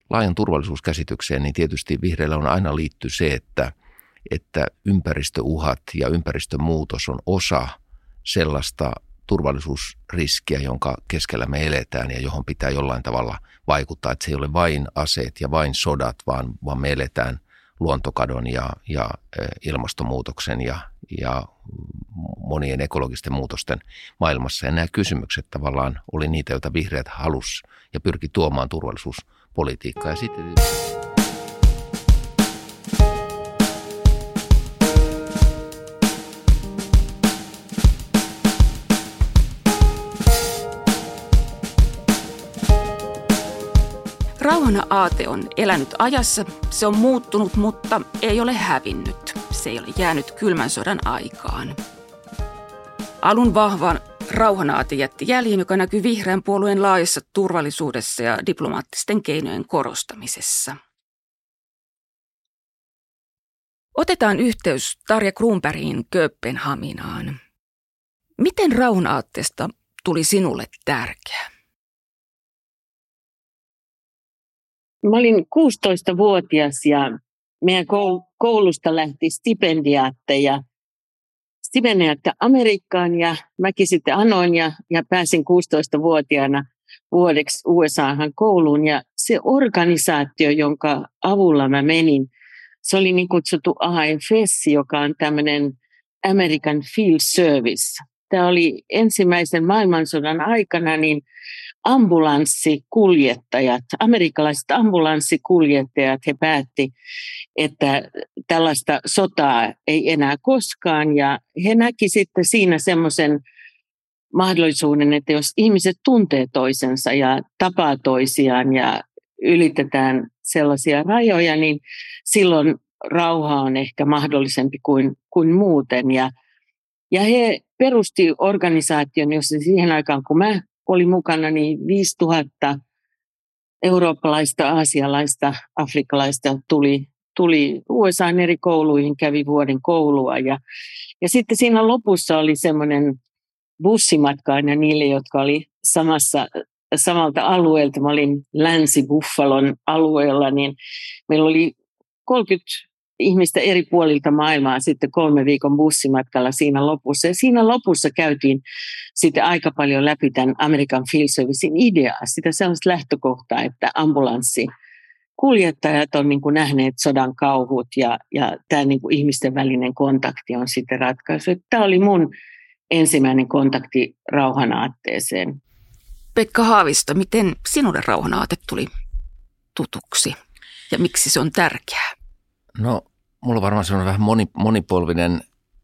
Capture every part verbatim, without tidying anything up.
laajan turvallisuuskäsitykseen, niin tietysti vihreillä on aina liitty se, että, että ympäristöuhat ja ympäristömuutos on osa sellaista turvallisuusriskiä, jonka keskellä me eletään ja johon pitää jollain tavalla vaikuttaa. Että se ei ole vain aseet ja vain sodat, vaan, vaan me eletään luontokadon ja, ja ilmastonmuutoksen ja, ja monien ekologisten muutosten maailmassa. Ja nämä kysymykset tavallaan oli niitä, joita vihreät halusi ja pyrki tuomaan turvallisuuspolitiikkaa. Ja sitten Rauhan aate on elänyt ajassa, se on muuttunut, mutta ei ole hävinnyt. Se ei ole jäänyt kylmän sodan aikaan. Alun vahvan rauhan aate jätti jäljen, joka näkyy vihreän puolueen laajassa turvallisuudessa ja diplomaattisten keinojen korostamisessa. Otetaan yhteys Tarja Kruunbergiin Kööpenhaminaan. Miten rauhan aatteesta tuli sinulle tärkeä? Mä olin kuusitoistavuotias ja meidän koulusta lähti stipendiaatteja, stipendiaatteja Amerikkaan ja mäkin sitten anoin ja, ja pääsin kuusitoistavuotiaana vuodeksi U S A:han kouluun. Ja se organisaatio, jonka avulla mä menin, se oli niin kutsuttu A F S, joka on tämmöinen American Field Service. Tämä oli ensimmäisen maailmansodan aikana niin ambulanssikuljettajat, amerikkalaiset ambulanssikuljettajat, he päätti, että tällaista sotaa ei enää koskaan. Ja he näki sitten siinä semmoisen mahdollisuuden, että jos ihmiset tuntee toisensa ja tapaa toisiaan ja ylitetään sellaisia rajoja, niin silloin rauha on ehkä mahdollisempi kuin, kuin muuten. Ja, ja he perusti organisaation, jossa siihen aikaan, kun mä olin mukana, niin viisituhatta eurooppalaista, aasialaista, afrikkalaista tuli, tuli U S A:n eri kouluihin, kävi vuoden koulua. Ja, ja sitten siinä lopussa oli semmoinen bussimatka aina niille, jotka oli samassa, samalta alueelta. Mä olin Länsi-Buffalon alueella, niin meillä oli kolmekymmentä ihmistä eri puolilta maailmaa sitten kolme viikon bussimatkalla siinä lopussa. Ja siinä lopussa käytiin sitten aika paljon läpi tämän American Field Servicein ideaa, sitä sellaista lähtökohtaa, että ambulanssikuljettajat on niin kuin nähneet sodan kauhut ja, ja tämä niin kuin ihmisten välinen kontakti on sitten ratkaisu. Tämä oli mun ensimmäinen kontakti rauhanaatteeseen. Pekka Haavisto, miten sinulle rauhanaate tuli tutuksi ja miksi se on tärkeää? No, mulla on varmaan semmoinen vähän moni, monipolvinen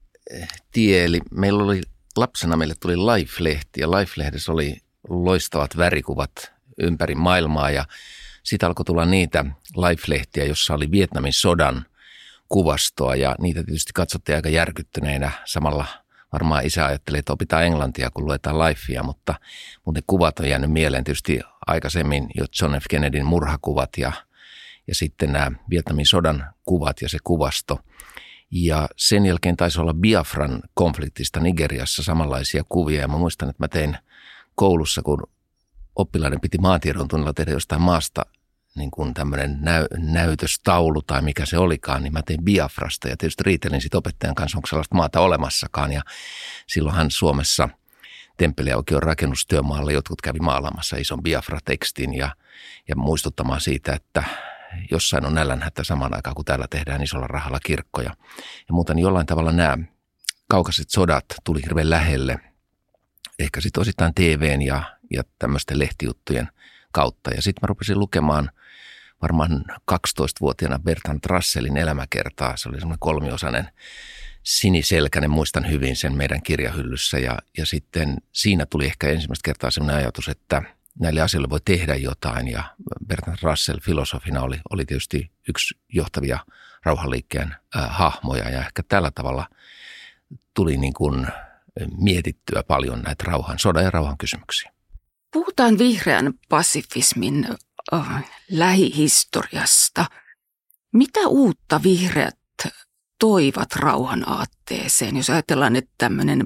tie, eli meillä oli lapsena, meille tuli Life-lehti ja Life-lehdessä oli loistavat värikuvat ympäri maailmaa ja siitä alkoi tulla niitä Life-lehtiä, jossa oli Vietnamin sodan kuvastoa ja niitä tietysti katsottiin aika järkyttyneinä. Samalla varmaan isä ajattelee, että opitaan englantia, kun luetaan Lifea, mutta muuten kuvat on jäänyt mieleen tietysti aikaisemmin jo John F. Kennedyn murhakuvat ja Ja sitten nämä Vietnamin sodan kuvat ja se kuvasto. Ja sen jälkeen taisi olla Biafran konfliktista Nigeriassa samanlaisia kuvia. Ja mä muistan, että mä tein koulussa, kun oppilaiden piti maatiedon tunnilla tehdä jostain maasta niin kuin tämmöinen näy- näytöstaulu tai mikä se olikaan, niin mä tein Biafrasta. Ja tietysti riitelin sitten opettajan kanssa, onko sellaista maata olemassakaan. Ja silloinhan Suomessa Temppeliaukion rakennustyömaalla jotkut kävi maalaamassa ison Biafra-tekstin ja, ja muistuttamaan siitä, että jossain on nälänhätä samaan aikaan, kun täällä tehdään isolla rahalla kirkkoja. Ja muuten jollain tavalla nämä kaukaiset sodat tuli hirveän lähelle. Ehkä sitten osittain T V:n ja, ja tämmöisten lehtijuttujen kautta. Ja sitten mä rupesin lukemaan varmaan kaksitoistavuotiaana Bertrand Russellin elämäkertaa. Se oli semmoinen kolmiosainen siniselkäinen, muistan hyvin sen meidän kirjahyllyssä. Ja, ja sitten siinä tuli ehkä ensimmäistä kertaa semmoinen ajatus, että näille asioille voi tehdä jotain ja Bertrand Russell filosofina oli, oli tietysti yksi johtavia rauhanliikkeen äh, hahmoja ja ehkä tällä tavalla tuli niin kuin mietittyä paljon näitä rauhan, sodan ja rauhan kysymyksiä. Puhutaan vihreän pasifismin oh, lähihistoriasta. Mitä uutta vihreät toivat rauhan aatteeseen, jos ajatellaan, että tämmöinen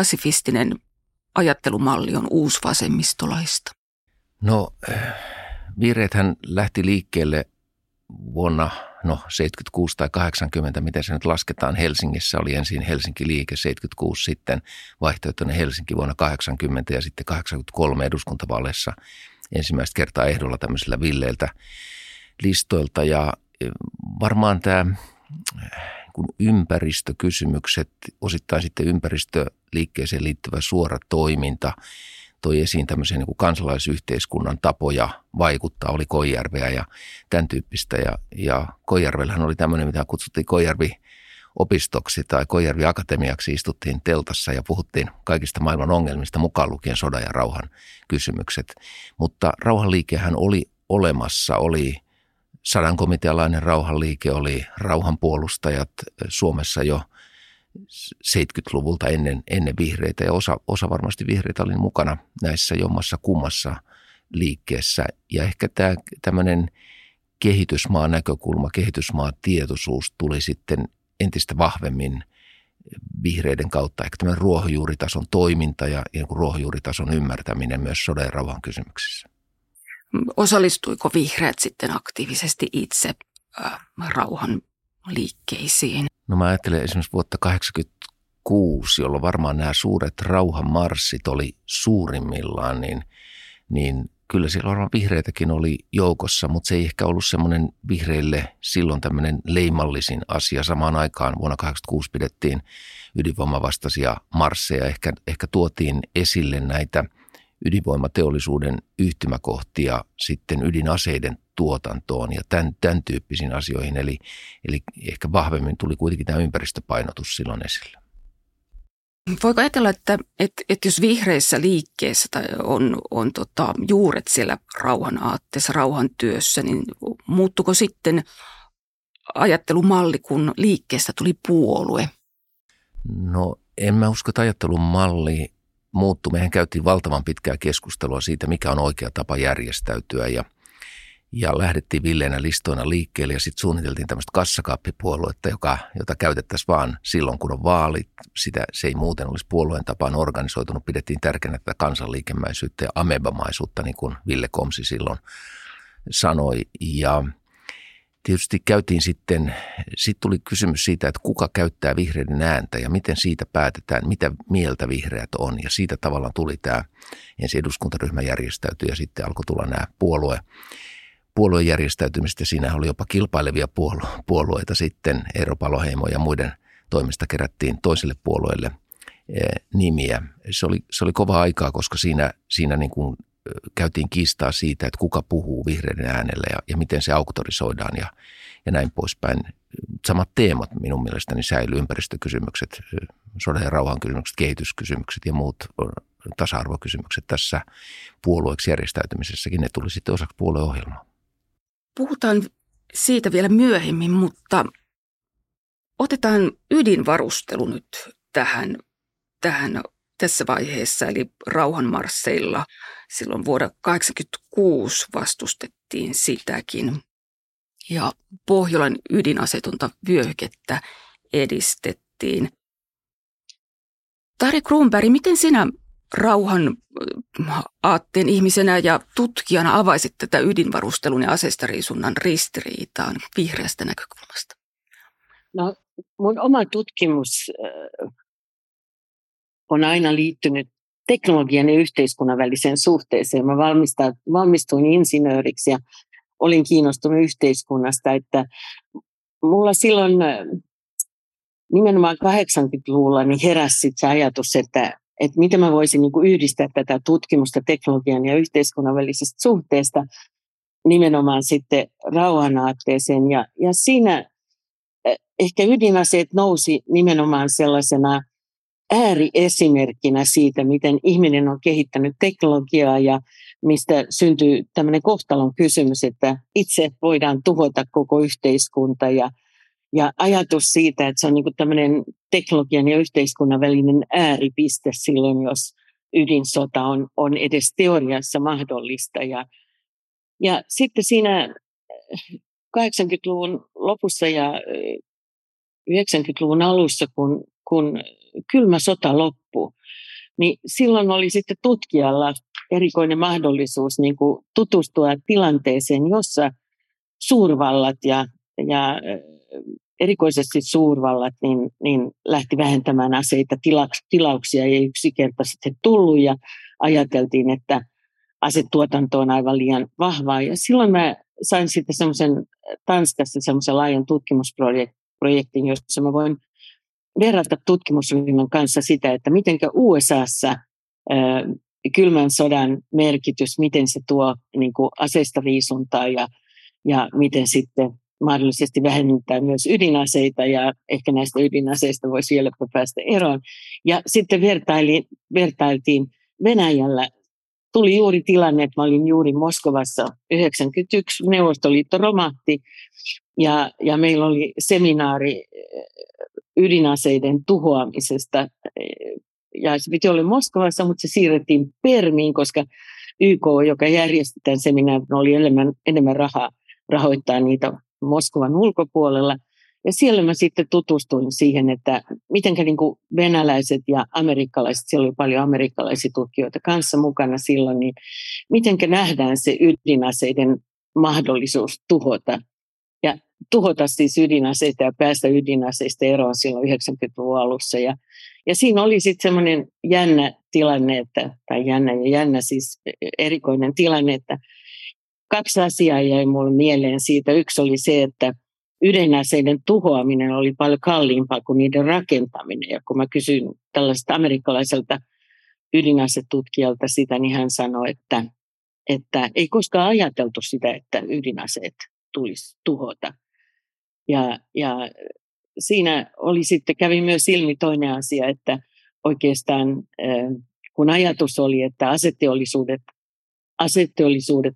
pasifistinen ajattelumalli on uusvasemmistolaista? No vihreäthän lähti liikkeelle vuonna no, seitsemänkymmentäkuusi tai kahdeksankymmentä, miten se nyt lasketaan. Helsingissä oli ensin Helsinki-liike, seitsemänkymmentäkuusi sitten vaihtoehtoinen Helsinki vuonna kahdeksankymmentä ja sitten kahdeksankymmentäkolme eduskuntavaaleissa ensimmäistä kertaa ehdolla tämmöisillä villeiltä listoilta. Ja varmaan tämä kun ympäristökysymykset, osittain sitten ympäristöliikkeeseen liittyvä suora toiminta toi esiin tämmöisen niin kuin kansalaisyhteiskunnan tapoja vaikuttaa, oli Koijärveä ja tämän tyyppistä. Ja, ja Koijärvellähän oli tämmöinen, mitä kutsuttiin Koijärvi-opistoksi tai Koijärvi-akatemiaksi, istuttiin teltassa ja puhuttiin kaikista maailman ongelmista, mukaan lukien sodan ja rauhan kysymykset. Mutta rauhanliikehän oli olemassa, oli sadankomitealainen rauhanliike, oli rauhanpuolustajat Suomessa jo seitsemänkymmentäluvulta ennen, ennen vihreitä ja osa, osa varmasti vihreitä oli mukana näissä jommassa kummassa liikkeessä. Ja ehkä tämä tämmöinen kehitysmaan näkökulma, kehitysmaan tietoisuus tuli sitten entistä vahvemmin vihreiden kautta. Ehkä tämmöinen ruohonjuuritason toiminta ja, ja ruohonjuuritason ymmärtäminen myös sodan ja rauhan kysymyksissä. Osallistuiko vihreät sitten aktiivisesti itse äh, rauhan liikkeisiin? No mä ajattelen esimerkiksi vuotta kahdeksankymmentäkuusi, jolloin varmaan nämä suuret rauhanmarssit oli suurimmillaan, niin, niin kyllä siellä varmaan vihreitäkin oli joukossa, mutta se ei ehkä ollut semmoinen vihreille silloin tämmöinen leimallisin asia. Samaan aikaan vuonna kahdeksankymmentäkuusi pidettiin ydinvoimavastaisia marsseja, ehkä, ehkä tuotiin esille näitä ydinvoimateollisuuden yhtymäkohtia sitten ydinaseiden tuotantoon ja tämän, tämän tyyppisiin asioihin. Eli, eli ehkä vahvemmin tuli kuitenkin tämä ympäristöpainotus silloin esille. Voiko ajatella, että, että, että jos vihreissä liikkeessä tai on, on tota, juuret siellä rauhan aatteessa, rauhantyössä, niin muuttuko sitten ajattelumalli, kun liikkeestä tuli puolue? No en mä usko, että ajattelumalli muuttui. Mehän käytiin valtavan pitkää keskustelua siitä, mikä on oikea tapa järjestäytyä ja, ja lähdettiin villeinä listoina liikkeelle ja sitten suunniteltiin tämmöistä kassakaappipuoluetta, joka, jota käytettäisiin vaan silloin, kun on vaalit. Sitä, se ei muuten olisi puolueen tapaan organisoitunut. Pidettiin tärkeänä tätä kansanliikemäisyyttä ja amebamaisuutta, niin kuin Ville Komsi silloin sanoi. Ja tietysti käytiin sitten, sitten tuli kysymys siitä, että kuka käyttää vihreiden ääntä ja miten siitä päätetään, mitä mieltä vihreät on. Ja siitä tavallaan tuli tämä ensin eduskuntaryhmä järjestäytyi ja sitten alkoi tulla nämä puolue, puoluejärjestäytymistä. Siinä oli jopa kilpailevia puolueita sitten, Eero Paloheimo ja muiden toimesta kerättiin toiselle puolueelle nimiä. Se oli, se oli kova aikaa, koska siinä, siinä niin kuin käytiin kiistaa siitä, että kuka puhuu vihreiden äänellä ja, ja miten se auktorisoidaan ja, ja näin poispäin. Samat teemat minun mielestäni säilyy, ympäristökysymykset, sodan ja rauhan kysymykset, kehityskysymykset ja muut tasa-arvokysymykset tässä puolueeksi järjestäytymisessäkin. Ne tuli sitten osaksi puolueohjelmaa. Puhutaan siitä vielä myöhemmin, mutta otetaan ydinvarustelu nyt tähän, tähän tässä vaiheessa, eli rauhanmarsseilla. Silloin vuonna tuhatyhdeksänsataakahdeksankymmentäkuusi vastustettiin sitäkin ja Pohjolan ydinasetonta vyöhykettä edistettiin. Tarja Kruunberg, miten sinä rauhan aatteen ihmisenä ja tutkijana avaisit tätä ydinvarustelun ja aseistariisunnan ristiriitaan vihreästä näkökulmasta? No, mun oma tutkimus on aina liittynyt teknologian ja yhteiskunnan väliseen suhteeseen. Mä valmistuin insinööriksi ja olin kiinnostunut yhteiskunnasta, että mulla silloin nimenomaan kahdeksankymmentäluvulla niin heräsi se ajatus, että, että miten mä voisin niin kuin yhdistää tätä tutkimusta teknologian ja yhteiskunnan välisestä suhteesta nimenomaan sitten rauhanaatteeseen. Ja, ja siinä ehkä ydinaseet nousi nimenomaan sellaisena ääriesimerkkinä siitä, miten ihminen on kehittänyt teknologiaa ja mistä syntyy tämmöinen kohtalon kysymys, että itse voidaan tuhota koko yhteiskunta ja, ja ajatus siitä, että se on niin kuin tämmöinen teknologian ja yhteiskunnan välinen ääripiste silloin, jos ydinsota on, on edes teoriassa mahdollista. Ja, ja sitten siinä kahdeksankymmentäluvun lopussa ja yhdeksänkymmentäluvun alussa, kun, kun kylmä sota loppui, niin silloin oli sitten tutkijalla erikoinen mahdollisuus niin kuin tutustua tilanteeseen, jossa suurvallat ja, ja erikoisesti suurvallat niin, niin lähti vähentämään aseita, tila, tilauksia ei yksinkertaisesti tullut ja ajateltiin, että asetuotanto on aivan liian vahvaa. Ja silloin mä sain sitten semmoisen Tanskassa semmoisen laajan tutkimusprojektin, jossa mä voin verrata tutkimusryhmän kanssa sitä, että miten U S A:ssa ää, kylmän sodan merkitys, miten se tuo niin kuin aseista riisuntaa ja, ja miten sitten mahdollisesti vähennetään myös ydinaseita ja ehkä näistä ydinaseista voisi vielä päästä eroon. Ja sitten vertailtiin, vertailtiin Venäjällä. Tuli juuri tilanne, että mä olin juuri Moskovassa yhdeksänkymmentäyksi, Neuvostoliitto romahti ja, ja meillä oli seminaari ydinaseiden tuhoamisesta. Ja se piti olla Moskovassa, mutta se siirrettiin Permiin, koska Y K, joka järjesti tämän seminaarin, oli enemmän, enemmän rahaa rahoittaa niitä Moskovan ulkopuolella. Ja siellä mä sitten tutustuin siihen, että mitenkä niin kuin venäläiset ja amerikkalaiset, siellä oli paljon amerikkalaisia tutkijoita kanssa mukana silloin, niin mitenkä nähdään se ydinaseiden mahdollisuus tuhota. Ja tuhota siis ydinaseita ja päästä ydinaseista eroon silloin yhdeksänkymmentäluvun alussa. Ja, ja siinä oli sitten semmoinen jännä tilanne, että, tai jännä ja jännä siis erikoinen tilanne, että kaksi asiaa jäi mulle mieleen siitä. Yksi oli se, että ydinaseiden tuhoaminen oli paljon kalliimpaa kuin niiden rakentaminen. Ja kun mä kysyin tällaista amerikkalaiselta ydinasetutkijalta sitä, niin hän sanoi, että, että ei koskaan ajateltu sitä, että ydinaseet tulisi tuhota. Ja, ja siinä oli sitten, kävi myös ilmi toinen asia, että oikeastaan kun ajatus oli, että aseteollisuudet, aseteollisuudet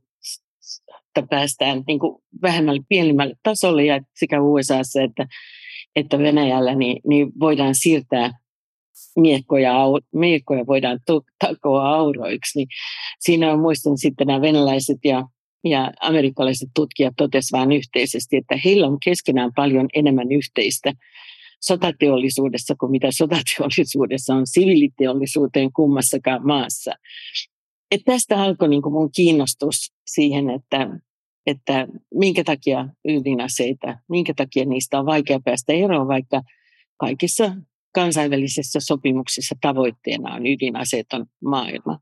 päästään niin kuin vähemmälle pienimmälle tasolle ja sekä U S A:ssa että, että Venäjällä niin, niin voidaan siirtää miekkoja, miekkoja voidaan takoa auroiksi. Niin siinä on, muistan sitten nämä venäläiset ja, ja amerikkalaiset tutkijat totesivat vain yhteisesti, että heillä on keskenään paljon enemmän yhteistä sotateollisuudessa kuin mitä sotateollisuudessa on siviiliteollisuuteen kummassakaan maassa. Et tästä alkoi niin kuin mun kiinnostus siihen, että, että minkä takia ydinaseita, minkä takia niistä on vaikea päästä eroon, vaikka kaikissa kansainvälisissä sopimuksissa tavoitteena on ydinaseeton maailma.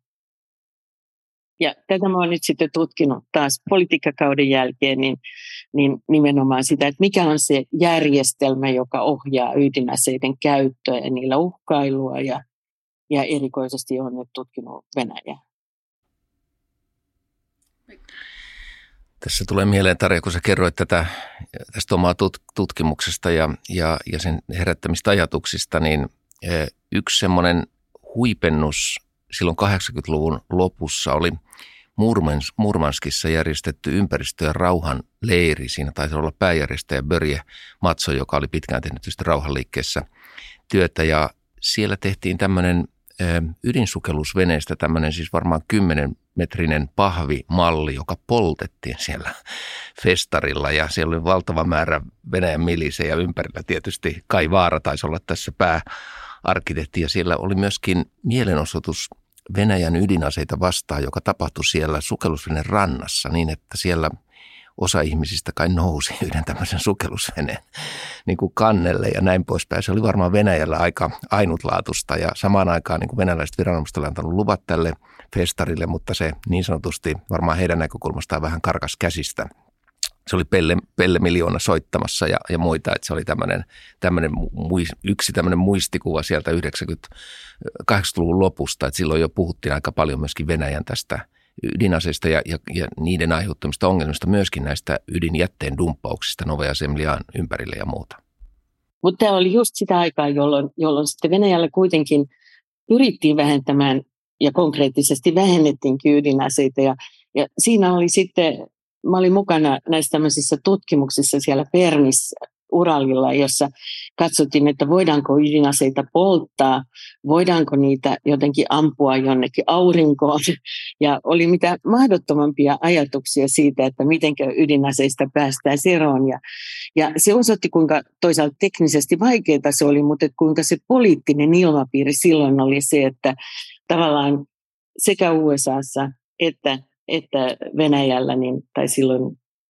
Ja tätä mä oon nyt sitten tutkinut taas politiikkakauden jälkeen, niin, niin nimenomaan sitä, että mikä on se järjestelmä, joka ohjaa ydinaseiden käyttöä ja niillä uhkailua ja, ja erikoisesti on nyt tutkinut Venäjää. Tässä tulee mieleen, Tarja, kun sä kerroit tätä, tästä omaa tutkimuksesta ja, ja, ja sen herättämistä ajatuksista, niin yksi semmoinen huipennus silloin kahdeksankymmentäluvun lopussa oli Murmans, Murmanskissa järjestetty ympäristö- ja rauhan leiri. Siinä taisi olla pääjärjestäjä Börje Mattsson, joka oli pitkään tehnyt tietysti rauhanliikkeessä työtä, ja siellä tehtiin tämmöinen ydinsukellusveneestä tämmöinen siis varmaan kymmenen metrinen pahvimalli, joka poltettiin siellä festarilla, ja siellä oli valtava määrä Venäjän milisejä ympärillä. Tietysti Kai Vaara taisi olla tässä pääarkkitehti, ja siellä oli myöskin mielenosoitus Venäjän ydinaseita vastaan, joka tapahtui siellä sukellusveneen rannassa niin, että siellä osa ihmisistä kai nousi yhden tämmöisen sukellusveneen niin kuin kannelle ja näin poispäin. Se oli varmaan Venäjällä aika ainutlaatusta, ja samaan aikaan niin kuin venäläiset viranomaiset olivat antanut luvat tälle festarille, mutta se niin sanotusti varmaan heidän näkökulmastaan vähän karkas käsistä. Se oli Pelle, Pelle Miljoona soittamassa ja, ja muita, että se oli tämmöinen, tämmöinen yksi tämmöinen muistikuva sieltä yhdeksänkymmentä-kahdeksankymmentäluvun lopusta, että silloin jo puhuttiin aika paljon myöskin Venäjän tästä ydinaseista ja, ja, ja niiden aiheuttamista ongelmista, myöskin näistä ydinjätteen dumppauksista Novaja Zemljaan ympärille ja muuta. Mutta tämä oli just sitä aikaa, jolloin, jolloin sitten Venäjällä kuitenkin pyrittiin vähentämään ja konkreettisesti vähennettiinkin ydinaseita. Ja, ja siinä oli sitten, mä olin mukana näissä tämmöisissä tutkimuksissa siellä Permissä, Uralilla, jossa katsottiin, että voidaanko ydinaseita polttaa, voidaanko niitä jotenkin ampua jonnekin aurinkoon. Ja oli mitä mahdottomampia ajatuksia siitä, että miten ydinaseista päästään eroon. Ja, ja se osoitti, kuinka toisaalta teknisesti vaikeaa se oli, mutta kuinka se poliittinen ilmapiiri silloin oli se, että tavallaan sekä U S A:ssa että, että Venäjällä, niin, tai silloin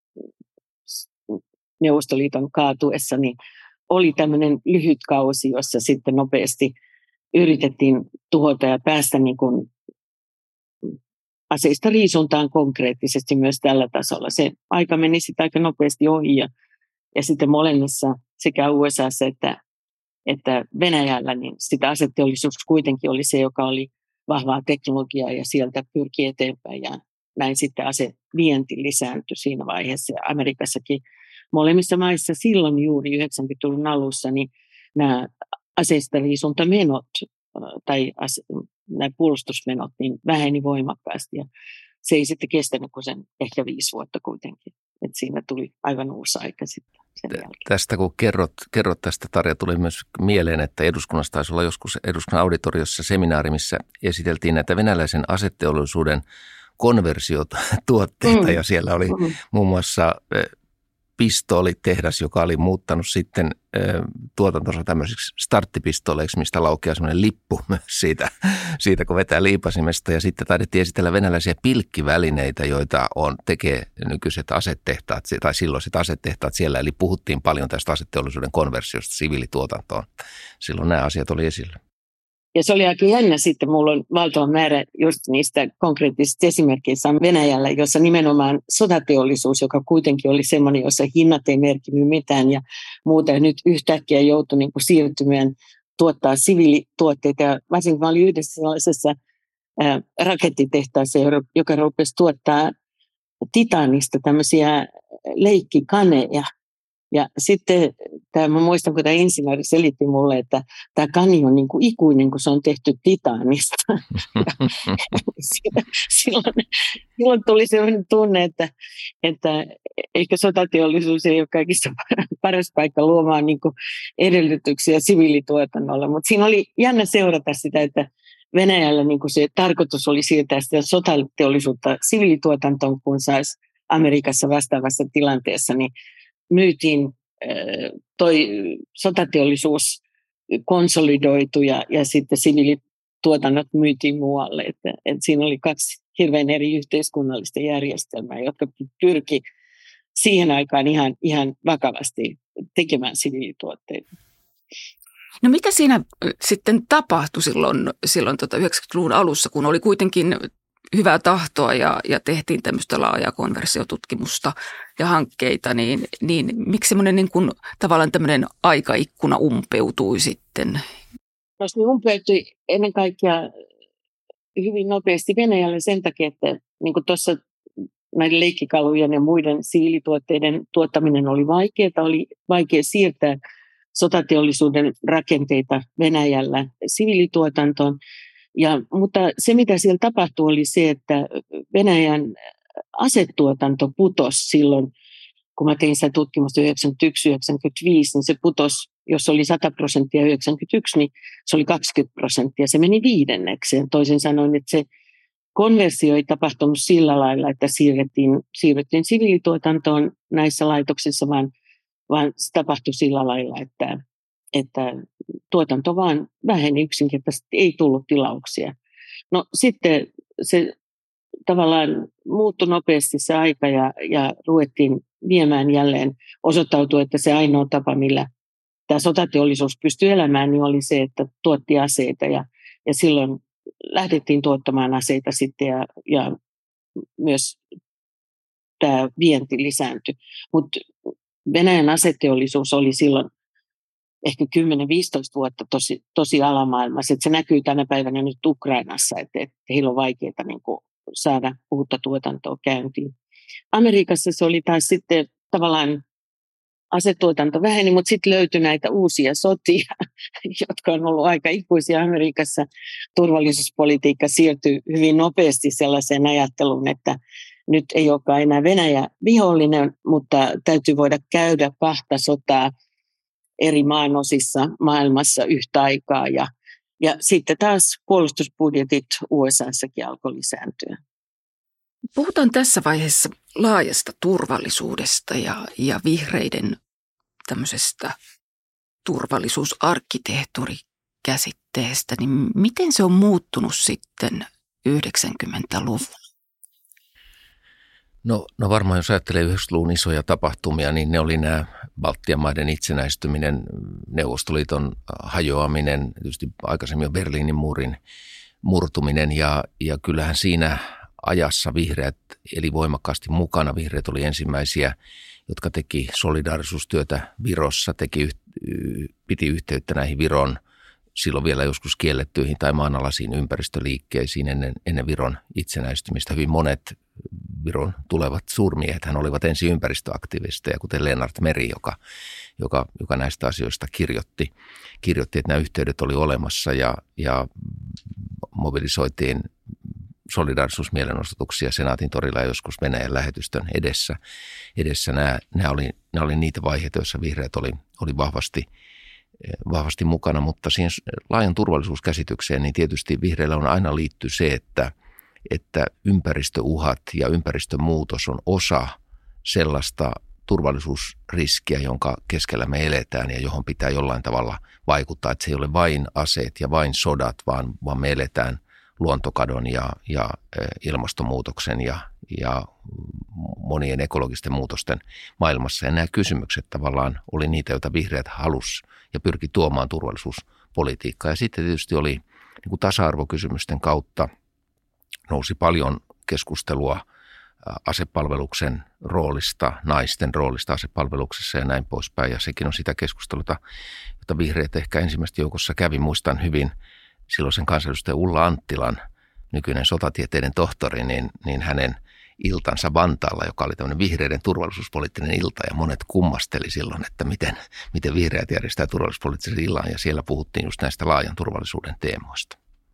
Neuvostoliiton kaatuessa, niin oli tämmöinen lyhyt kausi, jossa sitten nopeasti yritettiin tuhota ja päästä niin kuin aseista riisuntaan konkreettisesti myös tällä tasolla. Se aika meni sitten aika nopeasti ohi ja, ja sitten molemmissa sekä U S A:ssa että, että Venäjällä, niin sitä aseteollisuus kuitenkin oli se, joka oli vahvaa teknologiaa ja sieltä pyrki eteenpäin ja näin sitten asevienti lisääntyi siinä vaiheessa. Ja Amerikassakin molemmissa maissa silloin juuri yhdeksänkymmentäluvun alussa niin nämä aseistariisuntamenot tai ase, nämä puolustusmenot niin väheni voimakkaasti ja se ei sitten kestänyt kuin sen ehkä viisi vuotta kuitenkin. Et siinä tuli aivan uusi aika sitten sen jälkeen. Tästä kun kerrot, kerrot tästä, Tarja, tuli myös mieleen, että eduskunnassa taisi olla joskus eduskunnan auditoriossa seminaari, missä esiteltiin näitä venäläisen aseteollisuuden konversiotuotteita mm. ja siellä oli mm. muun muassa pistoolitehdas, joka oli muuttanut sitten tuotantonsa tämmöisiksi starttipistooleiksi, mistä laukeaa semmoinen lippu siitä, siitä, kun vetää liipasimesta. Ja sitten taidettiin esitellä venäläisiä pilkkivälineitä, joita on, tekee nykyiset asetehtaat, tai silloiset asetehtaat siellä. Eli puhuttiin paljon tästä aseteollisuuden konversiosta siviilituotantoon. Silloin nämä asiat oli esillä. Ja se oli aika jännä sitten, mulla on valtava määrä just niistä konkreettisista esimerkkeistä Venäjällä, jossa nimenomaan sotateollisuus, joka kuitenkin oli semmoinen, jossa hinnat ei merkinnyt mitään ja muuta. Ja nyt yhtäkkiä joutui niin kuin siirtymään tuottaa siviilituotteita. Ja varsinkin mä olin yhdessä sellaisessa ää, rakettitehtaassa, joka rupesi tuottaa titanista tämmöisiä leikkikaneja. Ja sitten tämä, mä muistan, kun tämä insinööri selitti mulle, että tämä kani on niin kuin ikuinen, kun se on tehty titaanista. silloin, silloin tuli sellainen tunne, että, että ehkä sotateollisuus ei ole kaikista paras paikka luomaan niin kuin edellytyksiä siviilituotannolla. Mutta siinä oli jännä seurata sitä, että Venäjällä niin kuin se tarkoitus oli siirtää sitä sotateollisuutta siviilituotantoon, kun saisi Amerikassa vastaavassa tilanteessa, niin myytiin toi sotateollisuus konsolidoitu ja, ja sitten siviilituotannot myytiin muualle. Että, että siinä oli kaksi hirveän eri yhteiskunnallista järjestelmää, jotka pyrki siihen aikaan ihan, ihan vakavasti tekemään siviilituotteita. No mitä siinä sitten tapahtui silloin, silloin tota yhdeksänkymmentäluvun alussa, kun oli kuitenkin hyvää tahtoa ja, ja tehtiin tämmöistä laajaa konversiotutkimusta ja hankkeita, niin, niin miksi semmoinen niin kuin, tavallaan tämmöinen aikaikkuna umpeutui sitten? No se umpeutui ennen kaikkea hyvin nopeasti Venäjällä sen takia, että niin kuin tuossa näiden leikkikalujen ja muiden siviilituotteiden tuottaminen oli vaikeaa, oli vaikea siirtää sotateollisuuden rakenteita Venäjällä siviilituotantoon. Ja, mutta se, mitä siellä tapahtui, oli se, että Venäjän asetuotanto putosi silloin, kun mä tein sitä tutkimusta yhdeksänkymmentäyksi yhdeksänkymmentäviisi, niin se putosi, jos oli sata prosenttia yhdeksänkymmentäyksi, niin se oli kaksikymmentä prosenttia. Se meni viidennekseen. Toisin sanoen, että se konversio ei tapahtunut sillä lailla, että siirrettiin, siirrettiin siviilituotantoon näissä laitoksissa, vaan, vaan se tapahtui sillä lailla, että että tuotanto vaan väheni yksinkertaisesti, ei tullut tilauksia. No sitten se tavallaan muuttui nopeasti se aika ja, ja ruvettiin viemään jälleen. Osoittautui, että se ainoa tapa, millä tämä sotateollisuus pystyi elämään, niin oli se, että tuotti aseita ja, ja silloin lähdettiin tuottamaan aseita sitten ja, ja myös tämä vienti lisääntyi. Mutta Venäjän aseteollisuus oli silloin ehkä kymmenen viisitoista vuotta tosi, tosi alamaailmassa. Että se näkyy tänä päivänä nyt Ukrainassa, että, että heillä on vaikeaa niin kuin saada uutta tuotantoa käyntiin. Amerikassa se oli taas sitten tavallaan asetuotanto väheni, mutta sitten löytyi näitä uusia sotia, jotka on ollut aika ikuisia Amerikassa. Turvallisuuspolitiikka siirtyi hyvin nopeasti sellaiseen ajatteluun, että nyt ei olekaan enää Venäjä vihollinen, mutta täytyy voida käydä kahta sotaa eri maanosissa maailmassa yhtä aikaa. Ja, ja sitten taas puolustusbudjetit U S A:ssakin alkoi lisääntyä. Puhutaan tässä vaiheessa laajasta turvallisuudesta ja, ja vihreiden tämmöisestä turvallisuusarkkitehtuurikäsitteestä. periaatteesta, niin miten se on muuttunut sitten yhdeksänkymmentäluvulla? No, no varmaan jos ajattelee yhdeksänkymmentäluvun isoja tapahtumia, niin ne oli nämä Baltian maiden itsenäistyminen, Neuvostoliiton hajoaminen, tietysti aikaisemmin jo Berliinin muurin murtuminen ja, ja kyllähän siinä ajassa vihreät eli voimakkaasti mukana. Vihreät oli ensimmäisiä, jotka teki solidaarisuustyötä Virossa, teki, piti yhteyttä näihin Viron silloin vielä joskus kiellettyihin tai maanalaisiin ympäristöliikkeisiin ennen, ennen Viron itsenäistymistä. Hyvin monet Viron tulevat suurmiehet hän olivat ensin ympäristöaktivisteja, kuten Lennart Meri, joka, joka, joka näistä asioista kirjoitti, kirjoitti, että nämä yhteydet oli olemassa ja, ja mobilisoitiin solidaarisuusmielenosoituksia Senaatin torilla ja joskus Venäjän lähetystön edessä. edessä nämä, nämä, oli, nämä oli niitä vaiheita, joissa vihreät oli, oli vahvasti, vahvasti mukana, mutta siihen laajan turvallisuuskäsitykseen niin tietysti vihreillä on aina liitty se, että, että ympäristöuhat ja ympäristömuutos on osa sellaista turvallisuusriskiä, jonka keskellä me eletään ja johon pitää jollain tavalla vaikuttaa, että se ei ole vain aseet ja vain sodat, vaan, vaan me eletään luontokadon ja, ja ilmastonmuutoksen ja, ja monien ekologisten muutosten maailmassa. Ja nämä kysymykset tavallaan oli niitä, joita vihreät halusi ja pyrki tuomaan turvallisuuspolitiikkaa. Ja sitten tietysti oli niin kuin tasa-arvokysymysten kautta nousi paljon keskustelua asepalveluksen roolista, naisten roolista asepalveluksessa ja näin poispäin. Ja sekin on sitä keskustelua, jota vihreät ehkä ensimmäistä joukossa kävi. Muistan hyvin silloisen kansanedustajan Ulla Anttilan, nykyinen sotatieteiden tohtori, niin, niin hänen iltansa Vantaalla, joka oli tämmöinen vihreiden turvallisuuspoliittinen ilta, ja monet kummasteli silloin, että miten, miten vihreät järjestää turvallisuuspoliittisen illan, ja siellä puhuttiin just näistä laajan turvallisuuden teemoista.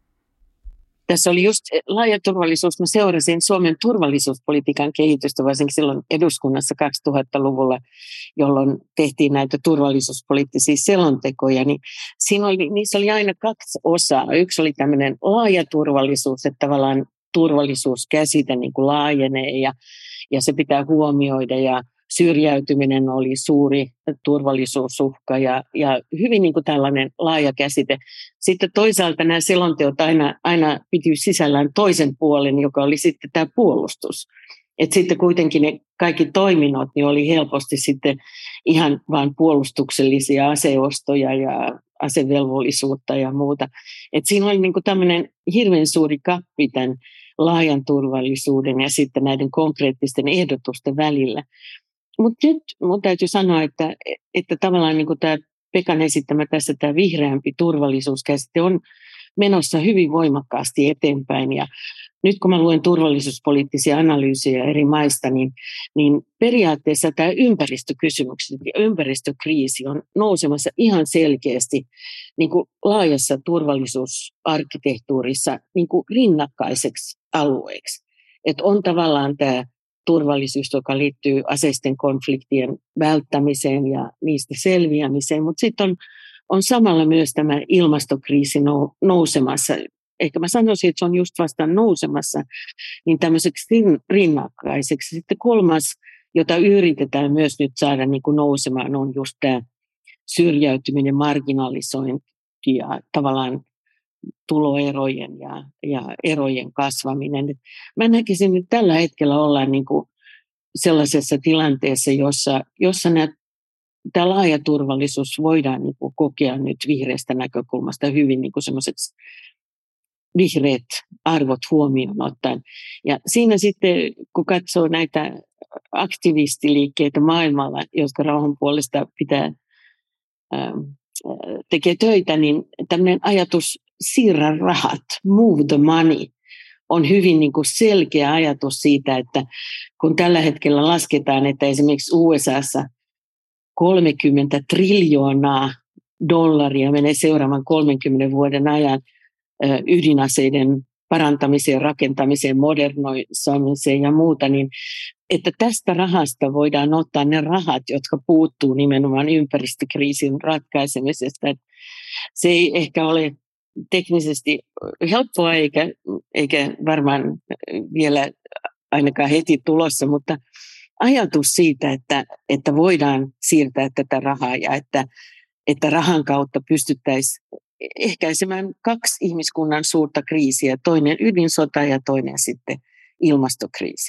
Tässä oli just laaja turvallisuus. Mä seurasin Suomen turvallisuuspolitiikan kehitystä varsinkin silloin eduskunnassa kaksituhattaluvulla, jolloin tehtiin näitä turvallisuuspoliittisia selontekoja. Niin siinä oli, niissä oli aina kaksi osaa. Yksi oli tämmöinen laaja turvallisuus, että tavallaan turvallisuuskäsite niin kuin laajenee ja, ja se pitää huomioida ja syrjäytyminen oli suuri turvallisuusuhka ja, ja hyvin niin kuin tällainen laaja käsite. Sitten toisaalta nämä selonteot aina, aina piti sisällään toisen puolen, joka oli sitten tämä puolustus. Et sitten kuitenkin ne kaikki toiminnot niin oli helposti sitten ihan vain puolustuksellisia aseostoja ja asevelvollisuutta ja muuta. Et siinä oli niin kuin tämmöinen hirveän suuri kappi tämän laajan turvallisuuden ja sitten näiden konkreettisten ehdotusten välillä. Mutta nyt mun täytyy sanoa, että, että tavallaan niin kuin tämä Pekan esittämä tässä tämä vihreämpi turvallisuuskäsite on menossa hyvin voimakkaasti eteenpäin. Ja nyt kun mä luen turvallisuuspoliittisia analyysejä eri maista, niin, niin periaatteessa tämä ympäristökysymykset ja ympäristökriisi on nousemassa ihan selkeästi niin kuin laajassa turvallisuusarkkitehtuurissa niin kuin rinnakkaiseksi alueeksi. Että on tavallaan tämä turvallisuus, joka liittyy aseisten konfliktien välttämiseen ja niistä selviämiseen, mutta sitten on, on samalla myös tämä ilmastokriisi nousemassa. Ehkä mä sanoisin, että se on just vasta nousemassa, niin tämmöiseksi rinnakkaiseksi. Sitten kolmas, jota yritetään myös nyt saada niin kuin nousemaan, on just tämä syrjäytyminen, marginalisointi ja tavallaan tuloerojen ja, ja erojen kasvaminen. Mä näkisin, että tällä hetkellä ollaan niin kuin sellaisessa tilanteessa, jossa, jossa nämä, tämä laaja turvallisuus voidaan niin kuin kokea nyt vihreästä näkökulmasta hyvin niin kuin semmoiseksi vihreät arvot huomioon ottaen. Ja siinä sitten, kun katsoo näitä aktivistiliikkeitä maailmalla, jotka rauhan puolesta pitää, ää, tekee töitä, niin tämmöinen ajatus siirrä rahat, move the money, on hyvin niin kuin selkeä ajatus siitä, että kun tällä hetkellä lasketaan, että esimerkiksi U S A:ssa kolmekymmentä triljoonaa dollaria menee seuraavan kolmenkymmenen vuoden ajan ydinaseiden parantamiseen, rakentamiseen, modernoimiseen ja muuta, niin että tästä rahasta voidaan ottaa ne rahat, jotka puuttuu nimenomaan ympäristökriisin ratkaisemisesta. Että se ei ehkä ole teknisesti helppoa eikä, eikä varmaan vielä ainakaan heti tulossa, mutta ajatus siitä, että, että voidaan siirtää tätä rahaa ja että, että rahan kautta pystyttäisiin ehkäisemään kaksi ihmiskunnan suurta kriisiä, toinen ydinsota ja toinen sitten ilmastokriisi.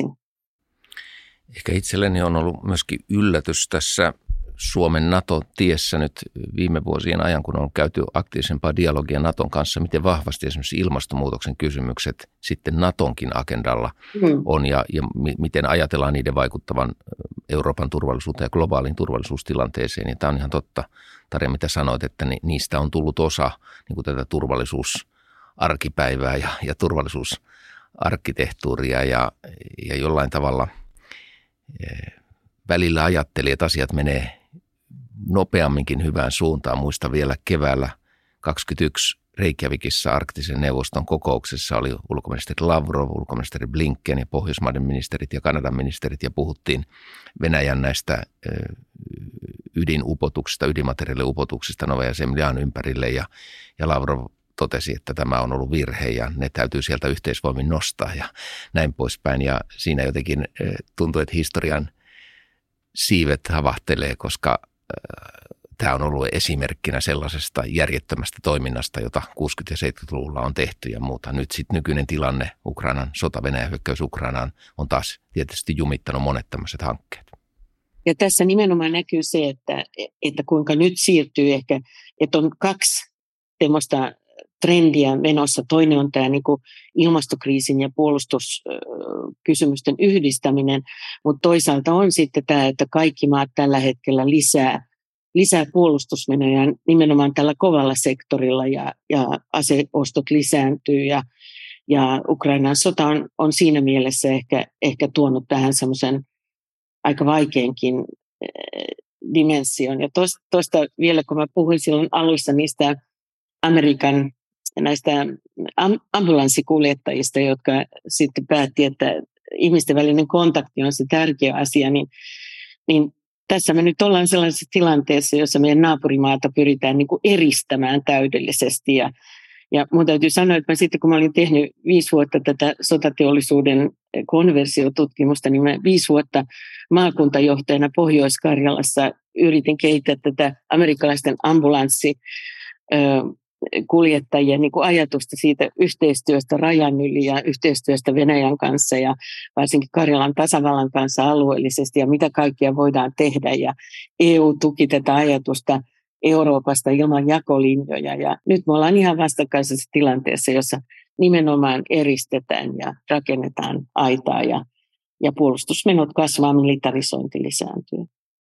Ehkä itselleni on ollut myöskin yllätys tässä Suomen NATO-tiessä nyt viime vuosien ajan, kun on käyty aktiivisempaa dialogia Naton kanssa, miten vahvasti esimerkiksi ilmastonmuutoksen kysymykset sitten Natonkin agendalla mm. on ja, ja miten ajatellaan niiden vaikuttavan Euroopan turvallisuuteen ja globaaliin turvallisuustilanteeseen. Ja tämä on ihan totta, Tarja, mitä sanoit, että niistä on tullut osa niin kuin tätä turvallisuusarkipäivää ja, ja turvallisuusarkkitehtuuria ja, ja jollain tavalla välillä ajatteli, että asiat menee nopeamminkin hyvään suuntaan. Muista vielä keväällä kaksikymmentäyksi Reykjavikissa Arktisen neuvoston kokouksessa oli ulkoministeri Lavrov, ulkoministeri Blinken ja Pohjoismaiden ministerit ja Kanadan ministerit ja puhuttiin Venäjän näistä ydinupotuksista, ydinmateriaaliupotuksista Novaja Zemljan ympärille ja, ja Lavrov totesi, että tämä on ollut virhe ja ne täytyy sieltä yhteisvoimin nostaa ja näin poispäin. Ja siinä jotenkin tuntuu, että historian siivet havahtelee, koska tämä on ollut esimerkkinä sellaisesta järjettömästä toiminnasta, jota kuusikymmentä- ja seitsemänkymmentäluvulla on tehty ja muuta. Nyt sitten nykyinen tilanne, Ukrainan sota, Venäjän hyökkäys Ukrainaan, on taas tietysti jumittanut monet tämmöiset hankkeet. Ja tässä nimenomaan näkyy se, että, että kuinka nyt siirtyy ehkä, että on kaksi semmoista trendiä menossa. Toinen on tämä niin kuin ilmastokriisin ja puolustuskysymysten yhdistäminen, mutta toisaalta on sitten tämä, että kaikki maat tällä hetkellä lisää, lisää puolustusmenoja nimenomaan tällä kovalla sektorilla ja, ja aseostot lisääntyy ja, ja Ukrainan sota on, on siinä mielessä ehkä, ehkä tuonut tähän semmoisen aika vaikeankin dimension. Ja tuosta vielä, kun mä puhuin silloin alussa niistä Amerikan näistä ambulanssikuljettajista, jotka sitten päätti, että ihmisten välinen kontakti on se tärkeä asia, niin, niin tässä me nyt ollaan sellaisessa tilanteessa, jossa meidän naapurimaata pyritään niin kuin eristämään täydellisesti. Ja, ja mun täytyy sanoa, että mä sitten kun mä olin tehnyt viisi vuotta tätä sotateollisuuden konversiotutkimusta, niin mä viisi vuotta maakuntajohtajana Pohjois-Karjalassa yritin kehittää tätä amerikkalaisten ambulanssi kuljettajien niin kuin ajatusta siitä yhteistyöstä rajan yli ja yhteistyöstä Venäjän kanssa ja varsinkin Karjalan tasavallan kanssa alueellisesti ja mitä kaikkea voidaan tehdä. Ja E U tuki tätä ajatusta Euroopasta ilman jakolinjoja ja nyt me ollaan ihan vastakkaisessa tilanteessa, jossa nimenomaan eristetään ja rakennetaan aitaa ja, ja puolustusmenot kasvaa, militarisointi lisääntyy.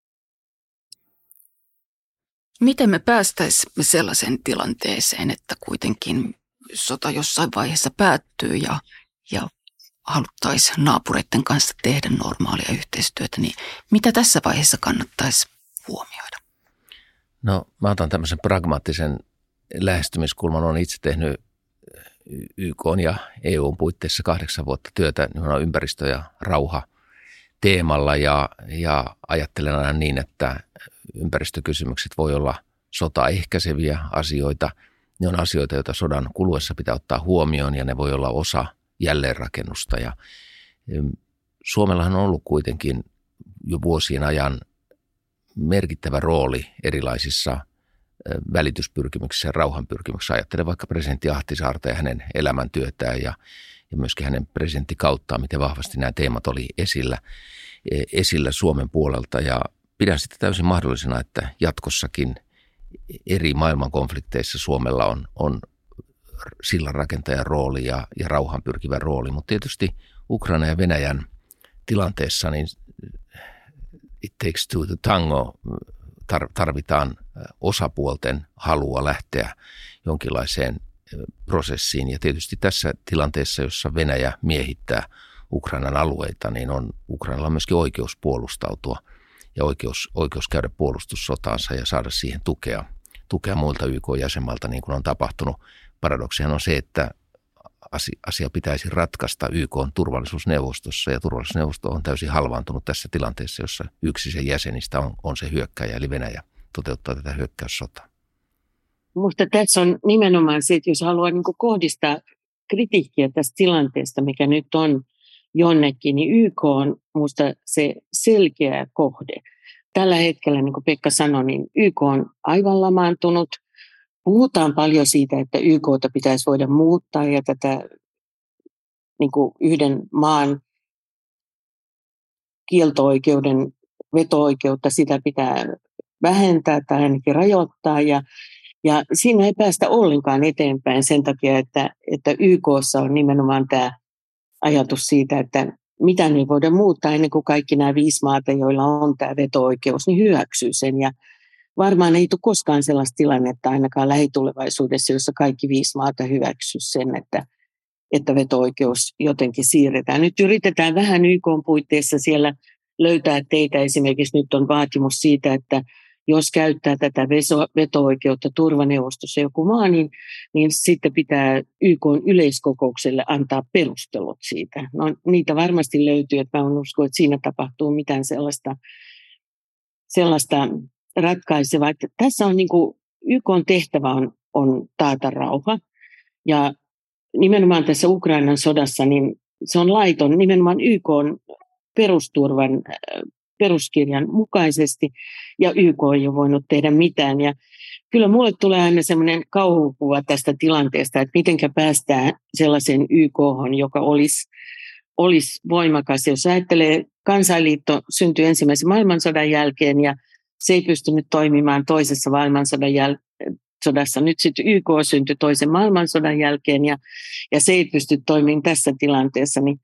Miten me päästäisiin sellaiseen tilanteeseen, että kuitenkin sota jossain vaiheessa päättyy ja, ja haluttaisiin naapureiden kanssa tehdä normaalia yhteistyötä, niin mitä tässä vaiheessa kannattaisi huomioida? No mä otan tämmöisen pragmaattisen lähestymiskulman. Olen itse tehnyt Y K:n ja E U:n puitteissa kahdeksan vuotta työtä ympäristö- ja rauha teemalla ja, ja ajattelen aina niin, että ympäristökysymykset voi olla sotaa ehkäiseviä asioita. Ne on asioita, joita sodan kuluessa pitää ottaa huomioon ja ne voi olla osa jälleenrakennusta. Ja Suomellahan on ollut kuitenkin jo vuosien ajan merkittävä rooli erilaisissa välityspyrkimyksissä ja rauhanpyrkimyksissä. Ajattelen vaikka presidentti Ahtisaarta ja hänen elämäntyötään ja, ja myöskin hänen presidenttikauttaan, miten vahvasti nämä teemat oli esillä, esillä Suomen puolelta. Ja pidän sitä täysin mahdollisena, että jatkossakin eri maailman konflikteissa Suomella on, on sillanrakentajan rooli ja, ja rauhan pyrkivä rooli. Mutta tietysti Ukraina ja Venäjän tilanteessa niin it takes two to tango, tarvitaan osapuolten halua lähteä jonkinlaiseen prosessiin. Ja tietysti tässä tilanteessa, jossa Venäjä miehittää Ukrainan alueita, niin on Ukrainalla myöskin oikeus puolustautua ja oikeus, oikeus käydä puolustussotaansa ja saada siihen tukea, tukea muilta Y K-jäsenmailta, niin kuin on tapahtunut. Paradoksihan on se, että asia pitäisi ratkaista Y K:n turvallisuusneuvostossa, ja turvallisuusneuvosto on täysin halvaantunut tässä tilanteessa, jossa yksi sen jäsenistä on, on se hyökkääjä, eli Venäjä toteuttaa tätä hyökkäyssotaa. Minusta tässä on nimenomaan se, että jos haluaa niin kuin kohdistaa kritiikkiä tästä tilanteesta, mikä nyt on jonnekin, niin Y K on minusta se selkeä kohde. Tällä hetkellä, niin kuin Pekka sanoi, niin Y K on aivan lamaantunut. puhutaan paljon siitä, että Y K:ta pitäisi voida muuttaa ja tätä niin kuin yhden maan kielto-oikeuden, veto-oikeutta, sitä pitää vähentää tai ainakin rajoittaa. Ja, ja siinä ei päästä ollenkaan eteenpäin sen takia, että, että Y K:ssa on nimenomaan tämä ajatus siitä, että mitä ei voida muuttaa ennen kuin kaikki nämä viisi maata, joilla on tämä veto-oikeus, niin hyväksyy sen. Ja varmaan ei tule koskaan sellaista tilannetta ainakaan lähitulevaisuudessa, jossa kaikki viisi maata hyväksyy sen, että, että veto-oikeus jotenkin siirretään. Nyt yritetään vähän Y K:n puitteissa siellä löytää teitä. Esimerkiksi nyt on vaatimus siitä, että jos käyttää tätä veto-oikeutta turvaneuvostossa joku maa, niin, niin sitten pitää Y K:n yleiskokoukselle antaa perustelut siitä. No, niitä varmasti löytyy, että mä en usko, että siinä tapahtuu mitään sellaista, sellaista ratkaisevaa. Että tässä on niin kuin, Y K:n tehtävä on, on taata rauha. Ja nimenomaan tässä Ukrainan sodassa, niin se on laiton nimenomaan Y K:n perusturvan peruskirjan mukaisesti, ja Y K ei ole voinut tehdä mitään. Ja kyllä mulle tulee aina semmoinen kauhukuva tästä tilanteesta, että mitenkä päästään sellaiseen Y K:hon, joka olisi, olisi voimakas. Jos ajattelee, Kansainliitto syntyi ensimmäisen maailmansodan jälkeen, ja se ei pystynyt toimimaan toisessa maailmansodan jäl- sodassa. Nyt sitten Y K syntyi toisen maailmansodan jälkeen, ja, ja se ei pysty toimimaan tässä tilanteessa, niin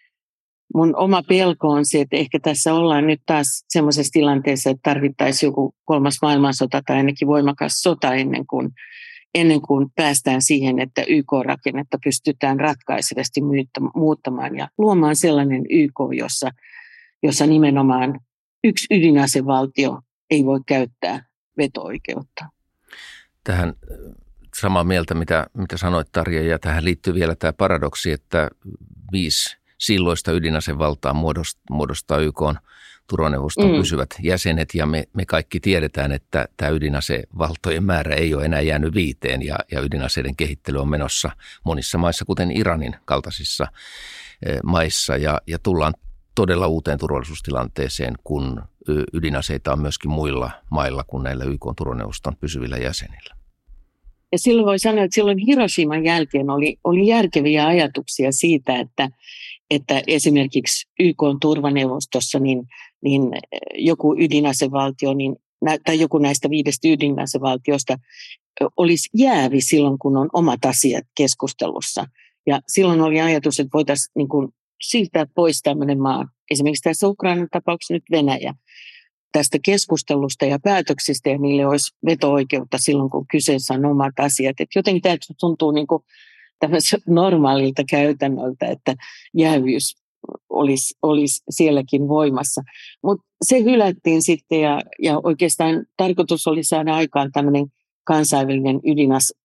mun oma pelko on se, että ehkä tässä ollaan nyt taas semmoisessa tilanteessa, että tarvittaisiin joku kolmas maailmansota tai ainakin voimakas sota ennen kuin, ennen kuin päästään siihen, että Y K-rakennetta pystytään ratkaisevasti muuttamaan ja luomaan sellainen Y K, jossa, jossa nimenomaan yksi ydinasevaltio ei voi käyttää veto-oikeutta. Tähän samaa mieltä, mitä, mitä sanoit, Tarja, ja tähän liittyy vielä tämä paradoksi, että viisi silloista ydinasevaltaa muodostaa Y K:n turvaneuvoston mm. pysyvät jäsenet, ja me, me kaikki tiedetään, että tämä ydinasevaltojen määrä ei ole enää jäänyt viiteen, ja, ja ydinaseiden kehittely on menossa monissa maissa, kuten Iranin kaltaisissa eh, maissa, ja, ja tullaan todella uuteen turvallisuustilanteeseen, kun ydinaseita on myöskin muilla mailla kuin näillä Y K:n turvaneuvoston pysyvillä jäsenillä. Ja silloin voi sanoa, että silloin Hiroshiman jälkeen oli, oli järkeviä ajatuksia siitä, että, että esimerkiksi Y K:n turvaneuvostossa niin, niin joku ydinasevaltio niin, tai joku näistä viidestä ydinasevaltiosta olisi jäävi silloin, kun on omat asiat keskustelussa. Ja silloin oli ajatus, että voitaisiin niin kuin siirtää pois tämmöinen maa. Esimerkiksi tässä Ukrainan tapauksessa nyt Venäjä. Tästä keskustelusta ja päätöksistä, ja niille olisi veto-oikeutta silloin, kun kyseessä on omat asiat. Et jotenkin tämä tuntuu niin kuin normaalilta käytännöltä, että jäävyys olisi, olisi sielläkin voimassa. Mutta se hylättiin sitten, ja, ja oikeastaan tarkoitus oli saada aikaan tämmöinen kansainvälinen ydinas,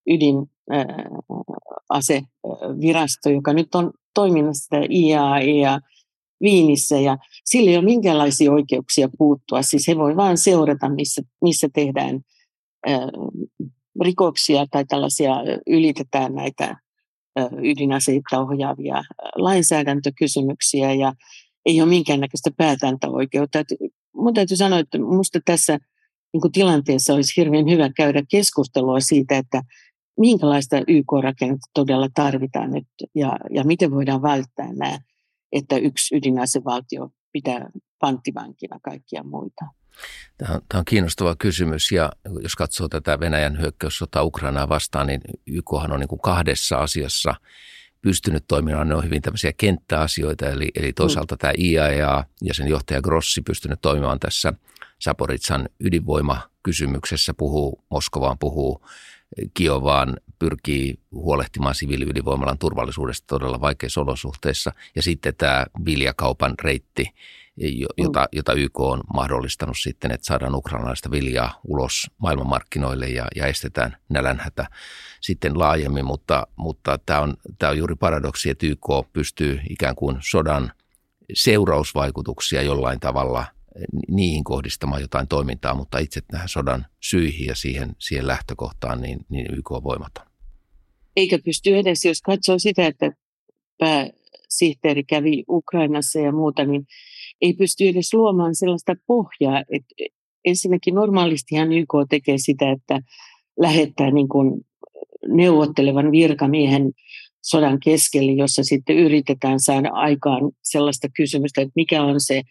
ydinasevirasto, joka nyt on toiminnassa I A E A Viinissä, ja sillä ei ole minkäänlaisia oikeuksia puuttua. Siis he voi vain seurata, missä, missä tehdään ää, rikoksia tai tällaisia, ylitetään näitä ää, ydinaseita ohjaavia lainsäädäntökysymyksiä, ja ei ole minkäännäköistä päätäntäoikeutta. Minun täytyy sanoa, että minusta tässä niin kuin tilanteessa olisi hirveän hyvä käydä keskustelua siitä, että minkälaista Y K-rakennetta todella tarvitaan nyt, ja, ja miten voidaan välttää nämä, että yksi ydinasevaltio pitää panttivankina kaikkia muita. Tämä on, tämä on kiinnostava kysymys, ja jos katsoo tätä Venäjän hyökkäyssotaa Ukrainaa vastaan, niin Y K:han on niin kuin kahdessa asiassa pystynyt toimimaan. Ne on hyvin tämmöisiä kenttäasioita, eli, eli toisaalta mm. tämä I A E A ja sen johtaja Grossi pystynyt toimimaan tässä Zaporizhzhan ydinvoimakysymyksessä, puhuu Moskovaan, puhuu Kiovaan, pyrkii huolehtimaan siviiliydinvoimalan turvallisuudesta todella vaikeissa olosuhteissa. Ja sitten tämä viljakaupan reitti, jota, jota Y K on mahdollistanut sitten, että saadaan ukrainalaista viljaa ulos maailmanmarkkinoille ja, ja estetään nälänhätä sitten laajemmin. Mutta, mutta tämä on, tämä on juuri paradoksi, että Y K pystyy ikään kuin sodan seurausvaikutuksia jollain tavalla niihin kohdistamaan jotain toimintaa, mutta itse tähän sodan syihin ja siihen, siihen lähtökohtaan, niin, niin Y K on voimaton. Eikä pysty edes, jos katsoo sitä, että pääsihteeri kävi Ukrainassa ja muuta, niin ei pysty edes luomaan sellaista pohjaa. Että ensinnäkin normaalistihan Y K tekee sitä, että lähettää niin kuin neuvottelevan virkamiehen sodan keskelle, jossa sitten yritetään saada aikaan sellaista kysymystä, että mikä on se,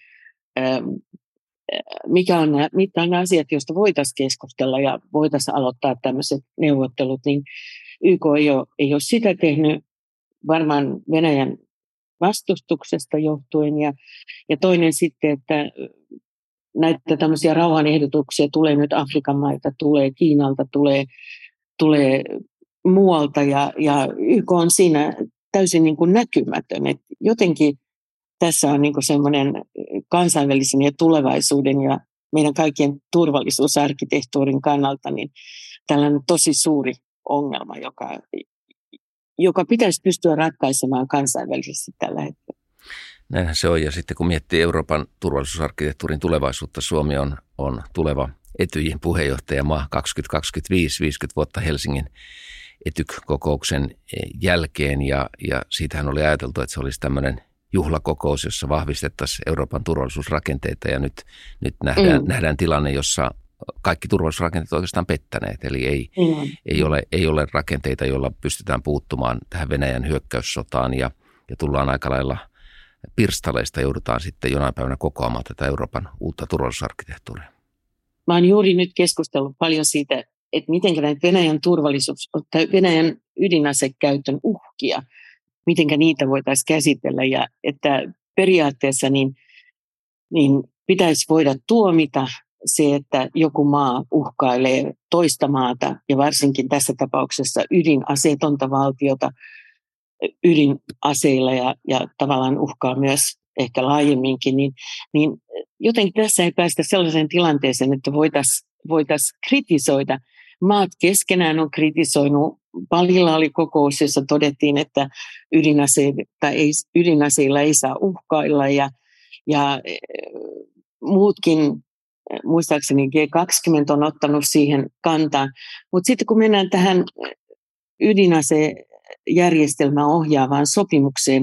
mikä on nämä, mitkä on nämä asiat, joista voitaisiin keskustella ja voitaisiin aloittaa tämmöiset neuvottelut, niin Y K ei ole, ei ole sitä tehnyt varmaan Venäjän vastustuksesta johtuen. Ja, ja toinen sitten, että näitä tämmöisiä rauhanehdotuksia tulee nyt Afrikan mailta, tulee Kiinalta, tulee, tulee muualta ja, ja Y K on siinä täysin niin kuin näkymätön. Et jotenkin tässä on niin kuin semmoinen kansainvälisen ja tulevaisuuden ja meidän kaikkien turvallisuusarkkitehtuurin kannalta niin tällainen tosi suuri ongelma, joka, joka pitäisi pystyä ratkaisemaan kansainvälisesti tällä hetkellä. Näinhän se on, ja sitten kun miettii Euroopan turvallisuusarkkitehtuurin tulevaisuutta, Suomi on, on tuleva Etyjin puheenjohtajamaa kaksituhattakaksikymmentäviisi, viisikymmentä vuotta Helsingin Etyk-kokouksen jälkeen, ja, ja siitähän oli ajateltu, että se olisi tämmöinen juhlakokous, jossa vahvistettaisiin Euroopan turvallisuusrakenteita, ja nyt, nyt nähdään, mm. nähdään tilanne, jossa kaikki turvallisuusrakenteet oikeastaan pettäneet, eli ei, mm. ei, ole, ei ole rakenteita, joilla pystytään puuttumaan tähän Venäjän hyökkäyssotaan, ja, ja tullaan aika lailla pirstaleista, joudutaan sitten jonain päivänä kokoamaan tätä Euroopan uutta turvallisuusarkkitehtuuria. Mä oon juuri nyt keskustellut paljon siitä, että miten näitä Venäjän turvallisuus, tai Venäjän ydinasekäytön uhkia, miten niitä voitaisiin käsitellä, ja että periaatteessa niin, niin pitäisi voida tuomita se, että joku maa uhkailee toista maata, ja varsinkin tässä tapauksessa ydinaseetonta valtiota ydinaseilla ja, ja tavallaan uhkaa myös ehkä laajemminkin, niin, niin jotenkin tässä ei päästä sellaiseen tilanteeseen, että voitaisiin voitais kritisoida. Maat keskenään on kritisoinut. Balilla oli kokous, jossa todettiin, että ydinaseilla ei, ydinaseilla ei saa uhkailla, ja, ja muutkin, muistaakseni G kaksikymmentä on ottanut siihen kantaa. Mutta sitten kun mennään tähän ydinasejärjestelmää ohjaavaan sopimukseen,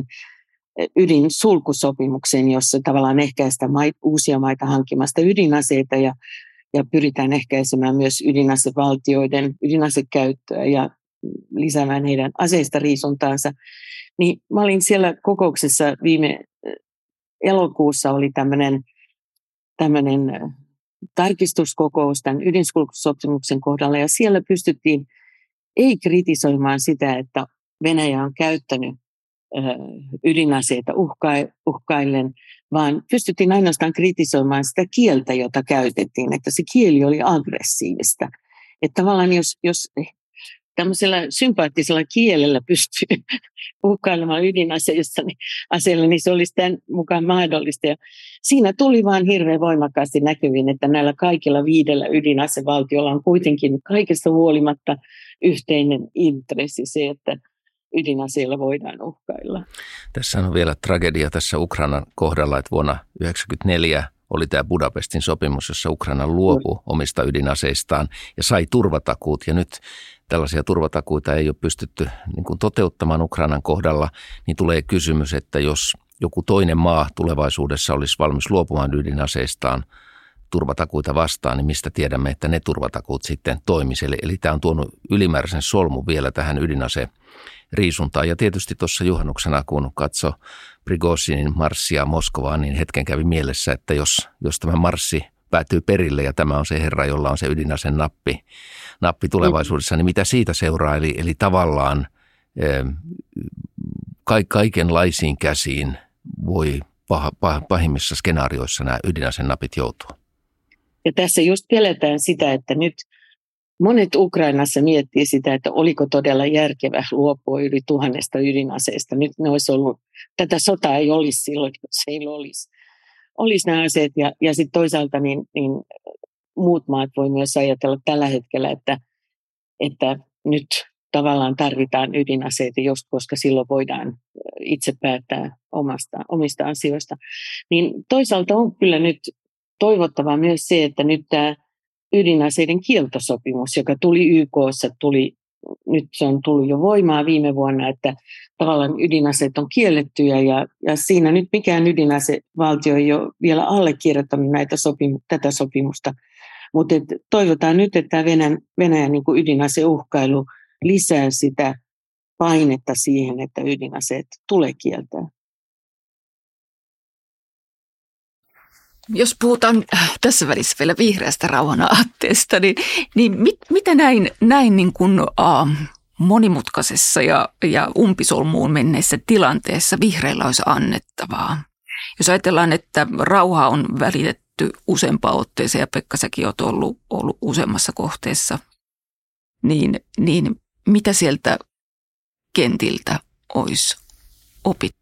ydinsulkusopimukseen, jossa tavallaan ehkäistään maita, uusia maita hankkimasta ydinaseita ja, ja pyritään ehkäisemään myös ydinasevaltioiden ydinasekäyttöä ja lisäämään heidän aseista riisuntaansa. Niin mä olin siellä kokouksessa viime elokuussa, oli tämmöinen tämmöinen tarkistuskokous tämän ydinsulkusopimuksen kohdalla, ja siellä pystyttiin ei kritisoimaan sitä, että Venäjä on käyttänyt ydinaseita uhkaillen, vaan pystyttiin ainoastaan kritisoimaan sitä kieltä, jota käytettiin, että se kieli oli aggressiivista. Että tavallaan jos, jos tämmöisellä sympaattisella kielellä pystyy uhkailemaan ydinaseista niin, aseella, niin se olisi tämän mukaan mahdollista. Ja siinä tuli vaan hirveän voimakkaasti näkyviin, että näillä kaikilla viidellä ydinasevaltiolla on kuitenkin kaikesta huolimatta yhteinen intressi se, että ydinaseilla voidaan uhkailla. Tässä on vielä tragedia tässä Ukrainan kohdalla, että vuonna yhdeksänkymmentäneljä oli tämä Budapestin sopimus, jossa Ukraina luopui omista ydinaseistaan ja sai turvatakuut. Ja nyt tällaisia turvatakuita ei ole pystytty niin kuin toteuttamaan Ukrainan kohdalla, niin tulee kysymys, että jos joku toinen maa tulevaisuudessa olisi valmis luopumaan ydinaseistaan turvatakuita vastaan, niin mistä tiedämme, että ne turvatakuut sitten toimisi. Eli, eli tämä on tuonut ylimääräisen solmun vielä tähän ydinaseriisuntaan. Ja tietysti tuossa juhannuksena, kun katsoi Prigozhinin marssia Moskovaan, niin hetken kävi mielessä, että jos, jos tämä marssi päätyy perille ja tämä on se herra, jolla on se ydinasen nappi, nappi tulevaisuudessa, niin mitä siitä seuraa? Eli, eli tavallaan eh, kaikenlaisiin käsiin voi pah, pah, pahimmissa skenaarioissa nämä ydinasen napit joutua. Ja tässä just pelätään sitä, että nyt monet Ukrainassa miettii sitä, että oliko todella järkevä luopua yli tuhannesta ydinaseesta. Nyt ne olisi ollut, tätä sotaa ei olisi silloin, jos ei olisi, olisi nämä aseet. Ja, ja sitten toisaalta niin, niin muut maat voi myös ajatella tällä hetkellä, että, että nyt tavallaan tarvitaan ydinaseita, just koska silloin voidaan itse päättää omasta, omista asioista. Niin toisaalta on kyllä nyt toivottavaa myös se, että nyt tämä ydinaseiden kieltosopimus, joka tuli Y K:ssa, tuli, nyt se on tullut jo voimaan viime vuonna, että tavallaan ydinaseet on kiellettyjä ja, ja siinä nyt mikään ydinasevaltio ei ole vielä allekirjoittanut näitä sopimu- tätä sopimusta, Mutta toivotaan nyt, että Venäjän, Venäjän niin kuin ydinaseuhkailu lisää sitä painetta siihen, että ydinaseet tulee kieltää. Jos puhutaan tässä välissä vielä vihreästä rauhanaatteesta, niin, niin mit, mitä näin, näin niin kuin, uh, monimutkaisessa ja, ja umpisolmuun menneessä tilanteessa vihreillä olisi annettavaa? Jos ajatellaan, että rauha on välitetty useampaan otteeseen ja Pekka, säkin olet ollut, ollut useammassa kohteessa, niin, niin mitä sieltä kentiltä olisi opittu?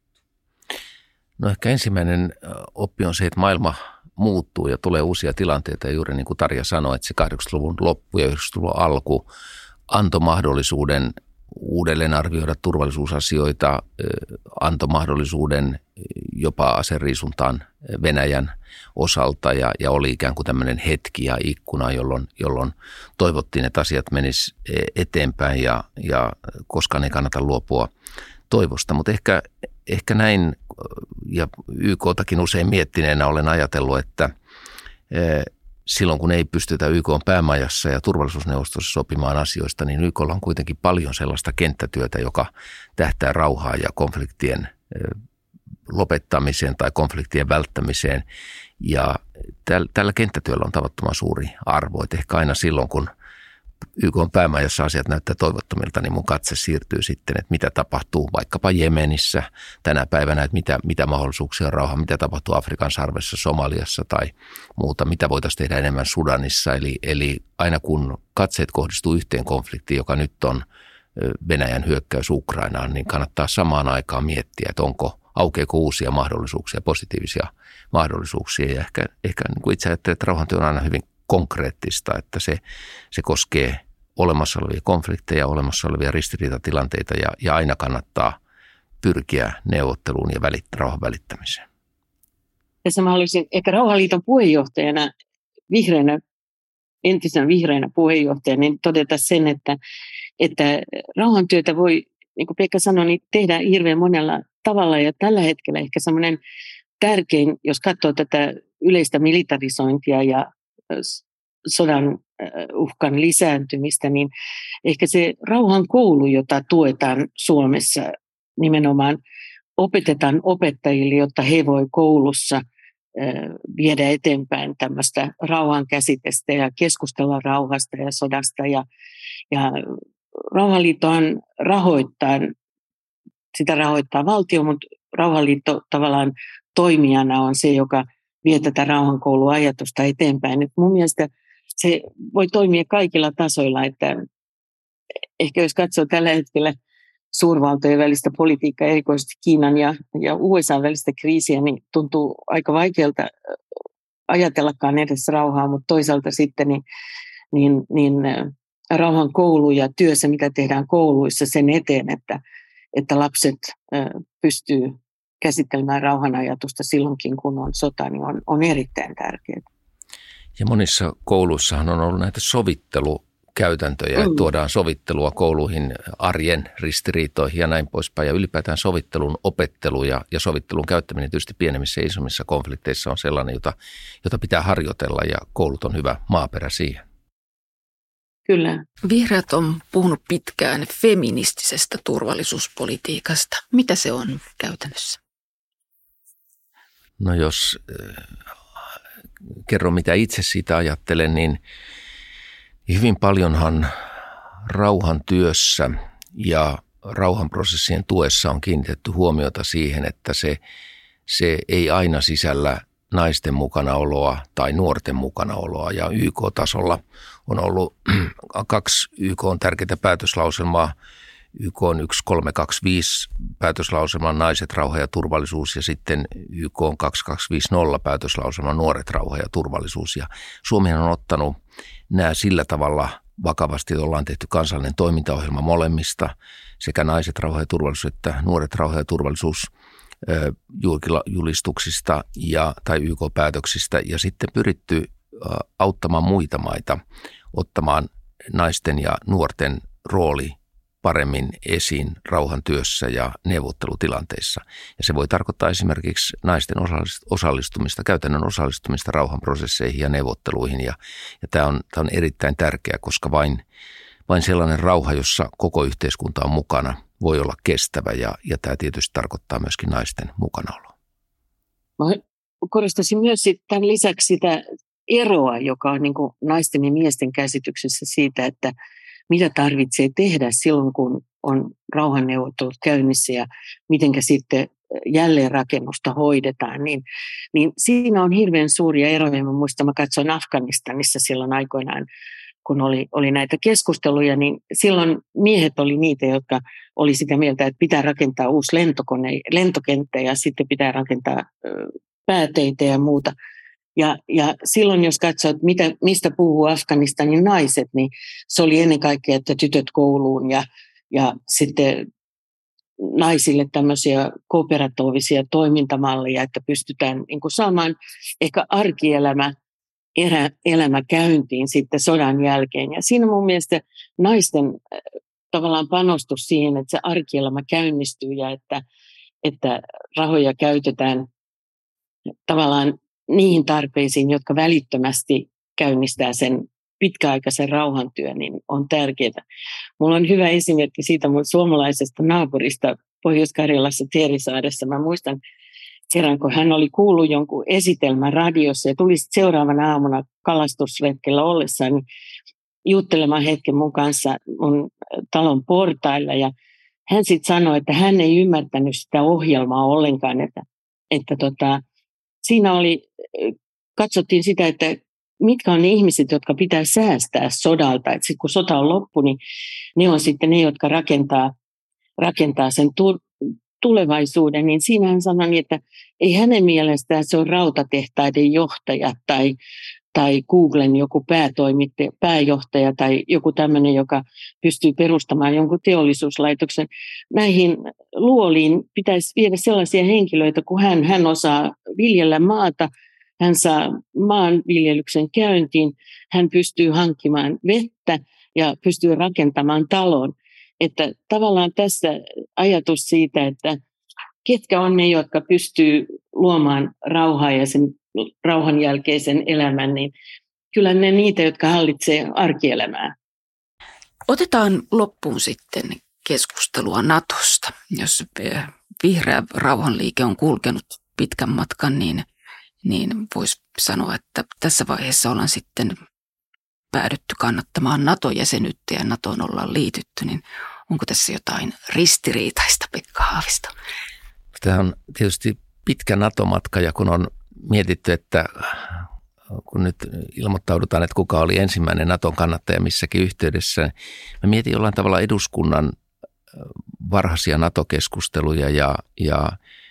No ehkä ensimmäinen oppi on se, että maailma muuttuu ja tulee uusia tilanteita. Ja juuri niin kuin Tarja sanoi, että se kahdeksankymmentäluvun loppu ja yhdeksänkymmentäluvun alku antoi mahdollisuuden uudelleen arvioida turvallisuusasioita, antoi mahdollisuuden jopa aseriisuntaan Venäjän osalta ja, ja oli ikään kuin tämmöinen hetki ja ikkuna, jolloin, jolloin toivottiin, että asiat menis eteenpäin ja, ja koskaan ei kannata luopua toivosta. Mutta ehkä, ehkä näin, ja Y K:takin usein miettineenä olen ajatellut, että silloin kun ei pystytä Y K:n päämajassa ja turvallisuusneuvostossa sopimaan asioista, niin Y K:lla on kuitenkin paljon sellaista kenttätyötä, joka tähtää rauhaa ja konfliktien lopettamiseen tai konfliktien välttämiseen. Ja tällä kenttätyöllä on tavattoman suuri arvo. Et ehkä aina silloin, kun Y K:n päämajassa asiat näyttää toivottomilta, niin mun katse siirtyy sitten, että mitä tapahtuu vaikkapa Jemenissä tänä päivänä, että mitä, mitä mahdollisuuksia on rauha, mitä tapahtuu Afrikan sarvessa, Somaliassa tai muuta, mitä voitaisiin tehdä enemmän Sudanissa. Eli, eli aina kun katseet kohdistuu yhteen konfliktiin, joka nyt on Venäjän hyökkäys Ukrainaan, niin kannattaa samaan aikaan miettiä, että onko, aukeako uusia mahdollisuuksia, positiivisia mahdollisuuksia. Ja ehkä, ehkä niin kuin itse ajattelen, että rauhantyö on aina hyvin konkreettista, että se, se koskee olemassa olevia konflikteja, olemassa olevia ristiriitatilanteita ja, ja aina kannattaa pyrkiä neuvotteluun ja välit, rauhan välittämiseen. Tässä mä haluaisin ehkä Rauhanliiton puheenjohtajana, vihreänä, entisenä vihreänä puheenjohtajana, niin todeta sen, että, että rauhantyötä voi, niin kuin Pekka sanoi, niin tehdään hirveän monella tavalla ja tällä hetkellä ehkä semmoinen tärkein, jos katsoo tätä yleistä militarisointia ja sodan uhkan lisääntymistä, niin ehkä se rauhan koulu, jota tuetaan Suomessa, nimenomaan opetetaan opettajille, jotta he voi koulussa viedä eteenpäin tämmöistä rauhan käsitestä ja keskustella rauhasta ja sodasta. Ja, ja Rauhanliittohan rahoittaa, sitä rahoittaa valtio, mutta Rauhanliitto tavallaan toimijana on se, joka vie tätä rauhankouluajatusta eteenpäin. Et mun mielestä se voi toimia kaikilla tasoilla, että ehkä jos katsoo tällä hetkellä suurvaltojen välistä politiikkaa, erikoisesti Kiinan ja, ja U S A:n välistä kriisiä, niin tuntuu aika vaikealta ajatellakaan edes rauhaa, mutta toisaalta sitten niin, niin, niin rauhan koulu ja työssä, mitä tehdään kouluissa sen eteen, että, että lapset pystyy käsittelemään rauhanajatusta silloinkin, kun on sota, niin on, on erittäin tärkeää. Ja monissa kouluissahan on ollut näitä sovittelukäytäntöjä, mm. että tuodaan sovittelua kouluihin, arjen ristiriitoihin ja näin poispäin. Ja ylipäätään sovittelun opettelu ja, ja sovittelun käyttäminen tietysti pienemmissä ja isommissa konflikteissa on sellainen, jota, jota pitää harjoitella ja koulut on hyvä maaperä siihen. Kyllä. Vihreät on puhunut pitkään feministisestä turvallisuuspolitiikasta. Mitä se on käytännössä? No jos äh, kerron, mitä itse siitä ajattelen, niin hyvin paljonhan rauhantyössä ja rauhanprosessien tuessa on kiinnitetty huomiota siihen, että se, se ei aina sisällä naisten mukanaoloa tai nuorten mukanaoloa. Ja Y K-tasolla on ollut kaksi Y K:n tärkeää päätöslauselmaa. Y K:n yksi kolme kaksi viisi päätöslauselma naiset, rauha ja turvallisuus ja sitten Y K:n kaksi kaksi viisi nolla päätöslauselma nuoret, rauha ja turvallisuus. Ja Suomi on ottanut nämä sillä tavalla vakavasti, että ollaan tehty kansallinen toimintaohjelma molemmista, sekä naiset, rauha ja turvallisuus että nuoret, rauha ja turvallisuus julkilajulistuksista ja, tai Y K-päätöksistä ja sitten pyritty auttamaan muita maita ottamaan naisten ja nuorten rooli paremmin esiin rauhantyössä ja neuvottelutilanteissa. Ja se voi tarkoittaa esimerkiksi naisten osallistumista, käytännön osallistumista rauhanprosesseihin ja neuvotteluihin. Ja, ja tämä on, tämä on erittäin tärkeää, koska vain, vain sellainen rauha, jossa koko yhteiskunta on mukana, voi olla kestävä. Ja, ja tämä tietysti tarkoittaa myöskin naisten mukanaoloa. Mä korostaisin myös tämän lisäksi sitä eroa, joka on niin kuin naisten ja miesten käsityksessä siitä, että mitä tarvitsee tehdä silloin, kun on rauhanneuvottelut käynnissä ja mitenkä sitten jälleenrakennusta hoidetaan, niin, niin siinä on hirveän suuria eroja. Mä muistan, mä katsoin Afganistanissa silloin aikoinaan, kun oli, oli näitä keskusteluja, niin silloin miehet oli niitä, jotka oli sitä mieltä, että pitää rakentaa uusi lentokone, lentokenttä ja sitten pitää rakentaa pääteitä ja muuta. Ja, ja silloin, jos katsot, mitä, mistä puhuu Afganistanin naiset, niin se oli ennen kaikkea, että tytöt kouluun ja, ja sitten naisille tämmöisiä kooperatiivisia toimintamalleja, että pystytään niin kuin saamaan ehkä arkielämä erä, elämä käyntiin sitten sodan jälkeen. Ja siinä mun mielestä naisten tavallaan panostus siihen, että se arkielämä käynnistyy ja että, että rahoja käytetään tavallaan niihin tarpeisiin, jotka välittömästi käynnistää sen pitkäaikaisen rauhantyön, niin on tärkeää. Mulla on hyvä esimerkki siitä mun suomalaisesta naapurista Pohjois-Karjalassa Teerisaaressa. Mä muistan kerran, kun hän oli kuullut jonkun esitelmän radiossa ja tuli seuraavana aamuna kalastusretkellä ollessaan niin juttelemaan hetken mun kanssa mun talon portailla. Ja hän sitten sanoi, että hän ei ymmärtänyt sitä ohjelmaa ollenkaan, että, että tota, siinä oli, katsottiin sitä, että mitkä on ne ihmiset, jotka pitää säästää sodalta. Että sit kun sota on loppu, niin ne on sitten ne, jotka rakentaa, rakentaa sen tu- tulevaisuuden. Niin siinä hän sanoi, että ei hänen mielestään se on rautatehtaiden johtaja tai, tai Googlen joku päätoimittaja, pääjohtaja tai joku tämmöinen, joka pystyy perustamaan jonkun teollisuuslaitoksen. Näihin luoliin pitäisi viedä sellaisia henkilöitä, kun hän, hän osaa viljellä maata, hän saa maanviljelyksen käyntiin, hän pystyy hankkimaan vettä ja pystyy rakentamaan talon. Että tavallaan tässä ajatus siitä, että ketkä on ne, jotka pystyy luomaan rauhaa ja sen rauhan jälkeisen elämän, niin kyllä ne niitä, jotka hallitsee arkielämää. Otetaan loppuun sitten keskustelua Natosta. Jos vihreä rauhanliike on kulkenut pitkän matkan, niin, niin voisi sanoa, että tässä vaiheessa ollaan sitten päädytty kannattamaan NATO-jäsenyyttä ja NATOon ollaan liitytty, niin onko tässä jotain ristiriitaista, Pekka Haavisto? Tämä on tietysti pitkä NATO-matka ja kun on mietitty, että kun nyt ilmoittaudutaan, että kuka oli ensimmäinen Naton kannattaja missäkin yhteydessä, mä mietin jollain tavalla eduskunnan varhaisia NATO-keskusteluja ja, ja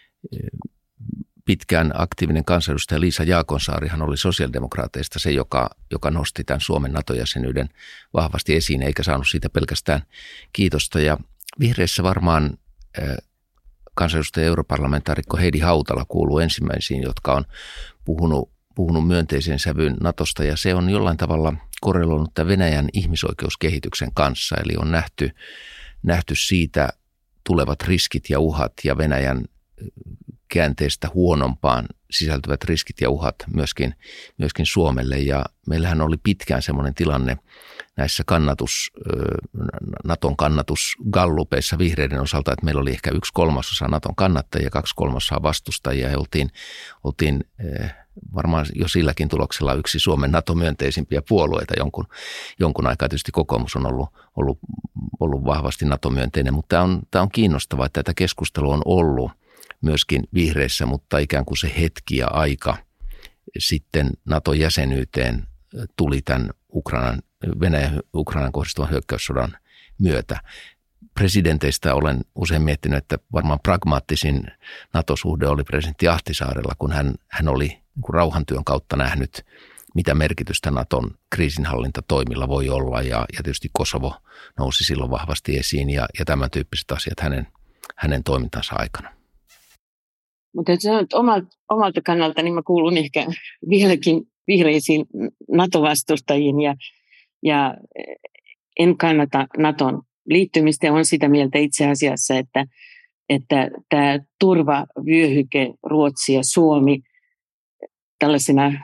pitkään aktiivinen kansanedustaja Liisa Jaakonsaarihan oli sosiaalidemokraateista se, joka, joka nosti tämän Suomen NATO-jäsenyyden vahvasti esiin, eikä saanut siitä pelkästään kiitosta. Ja vihreissä varmaan kansanedustaja europarlamentaarikko Heidi Hautala kuuluu ensimmäisiin, jotka on puhunut, puhunut myönteisen sävyyn Natosta, ja se on jollain tavalla korreloinut tämän Venäjän ihmisoikeuskehityksen kanssa, eli on nähty, nähty siitä tulevat riskit ja uhat ja Venäjän käänteestä huonompaan sisältyvät riskit ja uhat myöskin, myöskin Suomelle. Ja meillähän oli pitkään semmoinen tilanne näissä kannatus, Naton kannatusgallupeissa vihreiden osalta, että meillä oli ehkä yksi kolmasosa Naton kannattajia ja kaksi kolmasosaa vastustajia. Ja oltiin, oltiin varmaan jo silläkin tuloksella yksi Suomen NATO-myönteisimpiä puolueita jonkun, jonkun aikaa. Tietysti kokoomus on ollut, ollut, ollut vahvasti NATO-myönteinen, mutta tämä on, tämä on kiinnostavaa, että tätä keskustelua on ollut myöskin vihreissä, mutta ikään kuin se hetki ja aika sitten NATO-jäsenyyteen tuli tämän Ukrainan, Venäjän Ukrainan kohdistuvan hyökkäyssodan myötä. Presidenteistä olen usein miettinyt, että varmaan pragmaattisin NATO-suhde oli presidentti Ahtisaarella, kun hän, hän oli niin kuin rauhantyön kautta nähnyt, mitä merkitystä Naton kriisinhallintatoimilla voi olla. Ja, ja tietysti Kosovo nousi silloin vahvasti esiin ja, ja tämän tyyppiset asiat hänen, hänen toimintansa aikana. Mutta omalta, omalta kannalta niin mä kuulun ehkä vieläkin vihreisiin NATO-vastustajiin ja, ja en kannata Naton liittymistä on sitä mieltä itse asiassa, että, että tämä turvavyöhyke Ruotsi ja Suomi tällaisena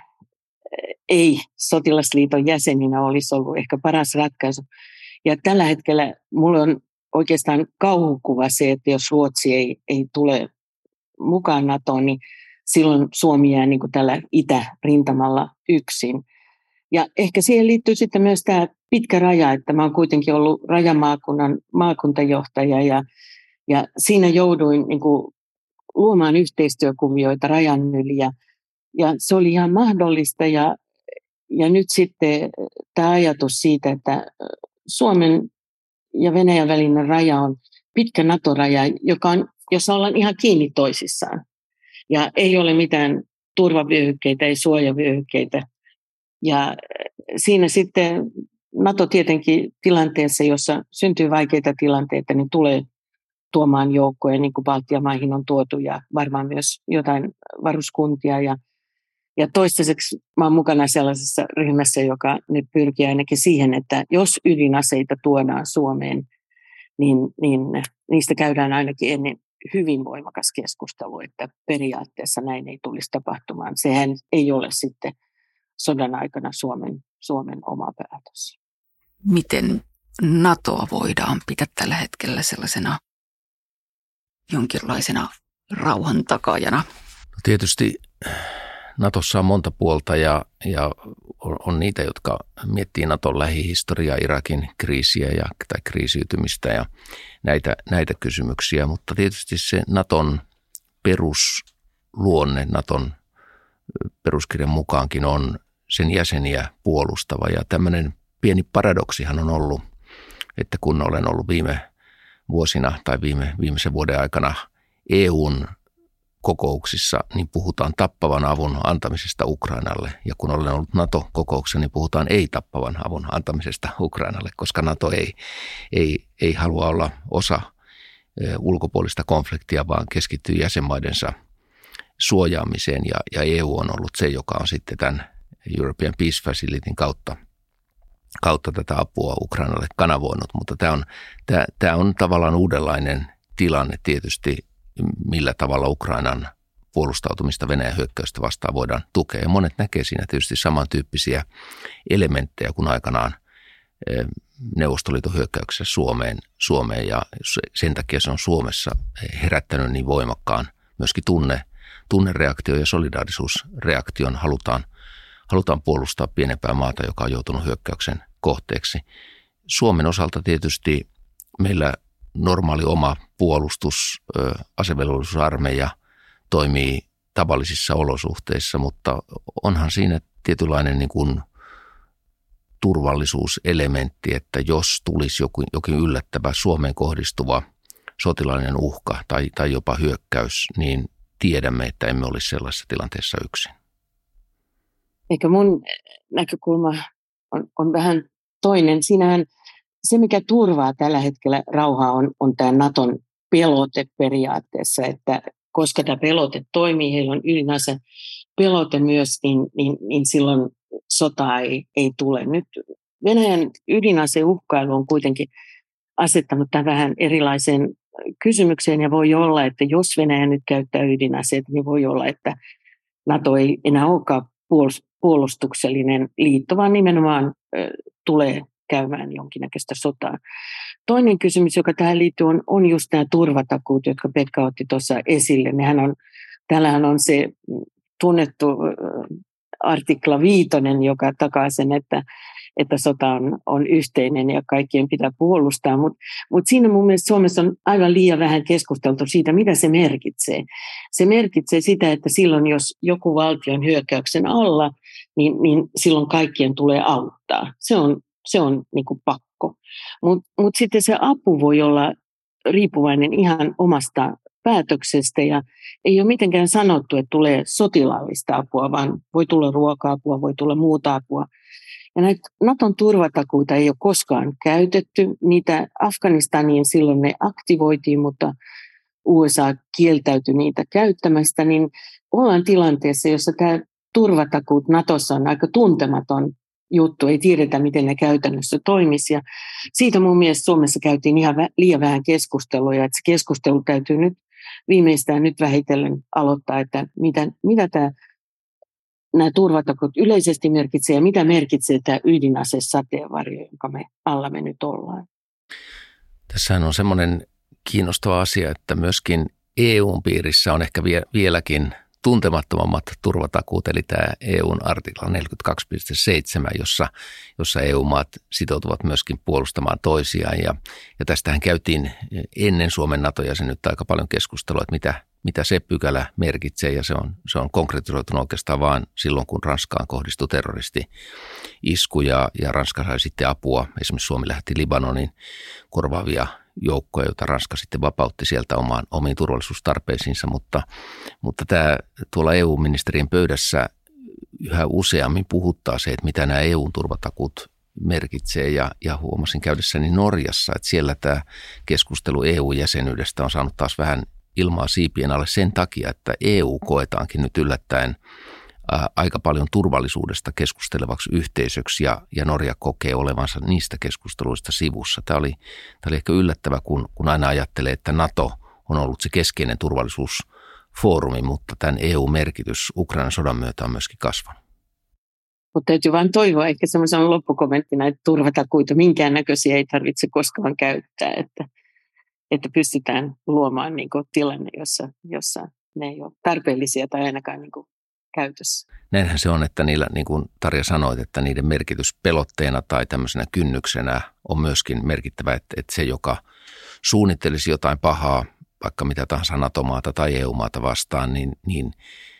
ei-sotilasliiton jäseninä olisi ollut ehkä paras ratkaisu. Ja tällä hetkellä minulla on oikeastaan kauhukuva se, että jos Ruotsi ei, ei tule mukaan NATOon, niin silloin Suomi jää niin kuin tällä itärintamalla yksin. Ja ehkä siihen liittyy sitten myös tämä pitkä raja, että mä oon kuitenkin ollut rajamaakunnan maakuntajohtaja ja, ja siinä jouduin niin kuin luomaan yhteistyökuvioita rajan yli ja, ja se oli ihan mahdollista ja, ja nyt sitten tämä ajatus siitä, että Suomen ja Venäjän välinen raja on pitkä NATO-raja, joka on, jossa ollaan ihan kiinni toisissaan ja ei ole mitään turvavyöhykkeitä, ei suojavyöhykkeitä. Ja siinä sitten NATO tietenkin tilanteessa, jossa syntyy vaikeita tilanteita, niin tulee tuomaan joukkoja, niin kuin Baltian maihin on tuotu, ja varmaan myös jotain varuskuntia. Ja, ja toistaiseksi mä olen mukana sellaisessa ryhmässä, joka nyt pyrkii ainakin siihen, että jos ydinaseita tuodaan Suomeen, niin, niin niistä käydään ainakin ennen hyvin voimakas keskustelu, että periaatteessa näin ei tulisi tapahtumaan. Sehän ei ole sitten sodan aikana Suomen, Suomen oma päätös. Miten NATOa voidaan pitää tällä hetkellä sellaisena jonkinlaisena rauhan takaajana? No tietysti NATOssa on monta puolta ja, ja on, on niitä, jotka miettii NATOn lähihistoriaa, Irakin kriisiä ja, tai kriisiytymistä ja näitä, näitä kysymyksiä, mutta tietysti se NATOn perusluonne, NATOn peruskirjan mukaankin on sen jäseniä puolustava. Ja tämmöinen pieni paradoksihan on ollut, että kun olen ollut viime vuosina tai viime, viimeisen vuoden aikana E U:n kokouksissa, niin puhutaan tappavan avun antamisesta Ukrainalle. Ja kun olen ollut NATO-kokouksessa, niin puhutaan ei-tappavan avun antamisesta Ukrainalle, koska NATO ei, ei, ei halua olla osa ulkopuolista konfliktia, vaan keskittyy jäsenmaidensa suojaamiseen. Ja, ja E U on ollut se, joka on sitten tämän European Peace Facilityn kautta, kautta tätä apua Ukrainalle kanavoinut. Mutta tämä on, tämä, tämä on tavallaan uudenlainen tilanne tietysti, millä tavalla Ukrainan puolustautumista Venäjän hyökkäystä vastaan voidaan tukea. Ja monet näkee siinä tietysti samantyyppisiä elementtejä kuin aikanaan Neuvostoliiton hyökkäyksessä Suomeen, Suomeen. Ja sen takia se on Suomessa herättänyt niin voimakkaan myöskin tunne, tunnereaktio ja solidaarisuusreaktion. Halutaan, halutaan puolustaa pienempää maata, joka on joutunut hyökkäyksen kohteeksi. Suomen osalta tietysti meillä normaali oma puolustus, asevelvollisuusarmeija toimii tavallisissa olosuhteissa, mutta onhan siinä tietynlainen niin kuin turvallisuuselementti, että jos tulisi jokin, jokin yllättävä Suomeen kohdistuva sotilainen uhka tai, tai jopa hyökkäys, niin tiedämme, että emme olisi sellaisessa tilanteessa yksin. Eikä mun näkökulma on, on vähän toinen. Siinähän se, mikä turvaa tällä hetkellä rauhaa, on, on tämä NATOn pelote periaatteessa, että koska tämä pelote toimii, heillä on ydinase pelote myös, niin, niin, niin silloin sotaa ei, ei tule. Nyt Venäjän ydinaseuhkailu on kuitenkin asettanut tämän vähän erilaiseen kysymykseen, ja voi olla, että jos Venäjä nyt käyttää ydinaseet, niin voi olla, että NATO ei enää olekaan puolustuksellinen liitto, vaan nimenomaan ö, tulee käymään jonkinnäköistä sotaa. Toinen kysymys, joka tähän liittyy, on, on just nämä turvatakuut, jotka Pekka otti tuossa esille. Nehän on, täällähän on se tunnettu artikla viitonen, joka takaa sen, että, että sota on, on yhteinen ja kaikkien pitää puolustaa. Mutta mut siinä mun mielestä Suomessa on aivan liian vähän keskusteltu siitä, mitä se merkitsee. Se merkitsee sitä, että silloin jos joku valtio on hyökkäyksen alla, niin, niin silloin kaikkien tulee auttaa. Se on Se on niin kuin pakko. Mutta mut sitten se apu voi olla riippuvainen ihan omasta päätöksestä ja ei ole mitenkään sanottu, että tulee sotilaallista apua, vaan voi tulla ruoka-apua, voi tulla muuta apua. Ja näitä NATOn turvatakuita ei ole koskaan käytetty. Niitä Afganistaniin silloin ne aktivoitiin, mutta U S A kieltäytyi niitä käyttämästä, niin ollaan tilanteessa, jossa tämä turvatakuut NATOssa on aika tuntematon juttu, ei tiedetä, miten ne käytännössä toimisi. Ja siitä mun mielestä Suomessa käytiin ihan liian vähän keskustelua, että se keskustelu täytyy nyt viimeistään nyt vähitellen aloittaa, että mitä, mitä tämä, nämä turvatakut yleisesti merkitsee ja mitä merkitsee tämä ydinasesateenvarjo, jonka me alla me nyt ollaan. Tässähän on semmoinen kiinnostava asia, että myöskin E U:n piirissä on ehkä vie, vieläkin tuntemattomammat turvatakuut, eli tämä E U:n artikla neljäkymmentäkaksi piste seitsemän, jossa, jossa E U-maat sitoutuvat myöskin puolustamaan toisiaan. Ja, ja tästähän käytiin ennen Suomen NATO-jäsenyyttä aika paljon keskustelua, että mitä, mitä se pykälä merkitsee, ja se on, se on konkretisoitunut oikeastaan vaan silloin, kun Ranskaan kohdistui terroristi-isku, ja, ja Ranska sai sitten apua. Esimerkiksi Suomi lähetti Libanonin korvaavia joukkoja, joita Ranska sitten vapautti sieltä omaan, omiin turvallisuustarpeisiinsa, mutta, mutta tämä tuolla E U-ministerien pöydässä yhä useammin puhuttaa se, että mitä nämä E U:n turvatakuut merkitsee, ja, ja huomasin käydessäni Norjassa, että siellä tämä keskustelu E U-jäsenyydestä on saanut taas vähän ilmaa siipien alle sen takia, että E U koetaankin nyt yllättäen aika paljon turvallisuudesta keskustelevaksi yhteisöksi, ja, ja Norja kokee olevansa niistä keskusteluista sivussa. Tämä oli, tämä oli ehkä yllättävä, kun, kun aina ajattelee, että NATO on ollut se keskeinen turvallisuusfoorumi, mutta tämän E U-merkitys Ukrainan sodan myötä on myöskin kasvanut. Mutta täytyy vain toivoa, ehkä semmoisen loppukommenttina, että turvatakuita minkäännäköisiä ei tarvitse koskaan käyttää, että, että pystytään luomaan niin kuin tilanne, jossa, jossa ne ei ole tarpeellisia tai ainakaan niin kuin käytössä. Näinhän se on, että niillä, niin kuin Tarja sanoit, että niiden merkitys pelotteena tai tämmöisenä kynnyksenä on myöskin merkittävä, että, että se, joka suunnittelisi jotain pahaa, vaikka mitä tahansa NATO-maata tai E U-maata vastaan, niin, niin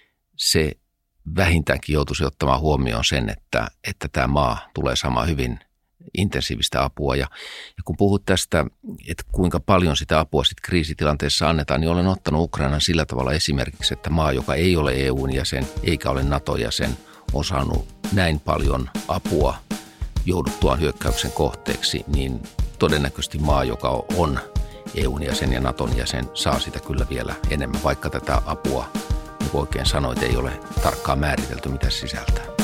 se vähintäänkin joutuisi ottamaan huomioon sen, että, että tämä maa tulee saamaan hyvin intensiivistä apua. Ja, ja kun puhut tästä, että kuinka paljon sitä apua sitten kriisitilanteessa annetaan, niin olen ottanut Ukrainan sillä tavalla esimerkiksi, että maa, joka ei ole E U:n jäsen eikä ole NATO-jäsen, on saanut näin paljon apua jouduttuaan hyökkäyksen kohteeksi, niin todennäköisesti maa, joka on E U:n jäsen ja NATOn jäsen, saa sitä kyllä vielä enemmän, vaikka tätä apua, niin kuin oikein sanoit, ei ole tarkkaan määritelty, mitä se sisältää.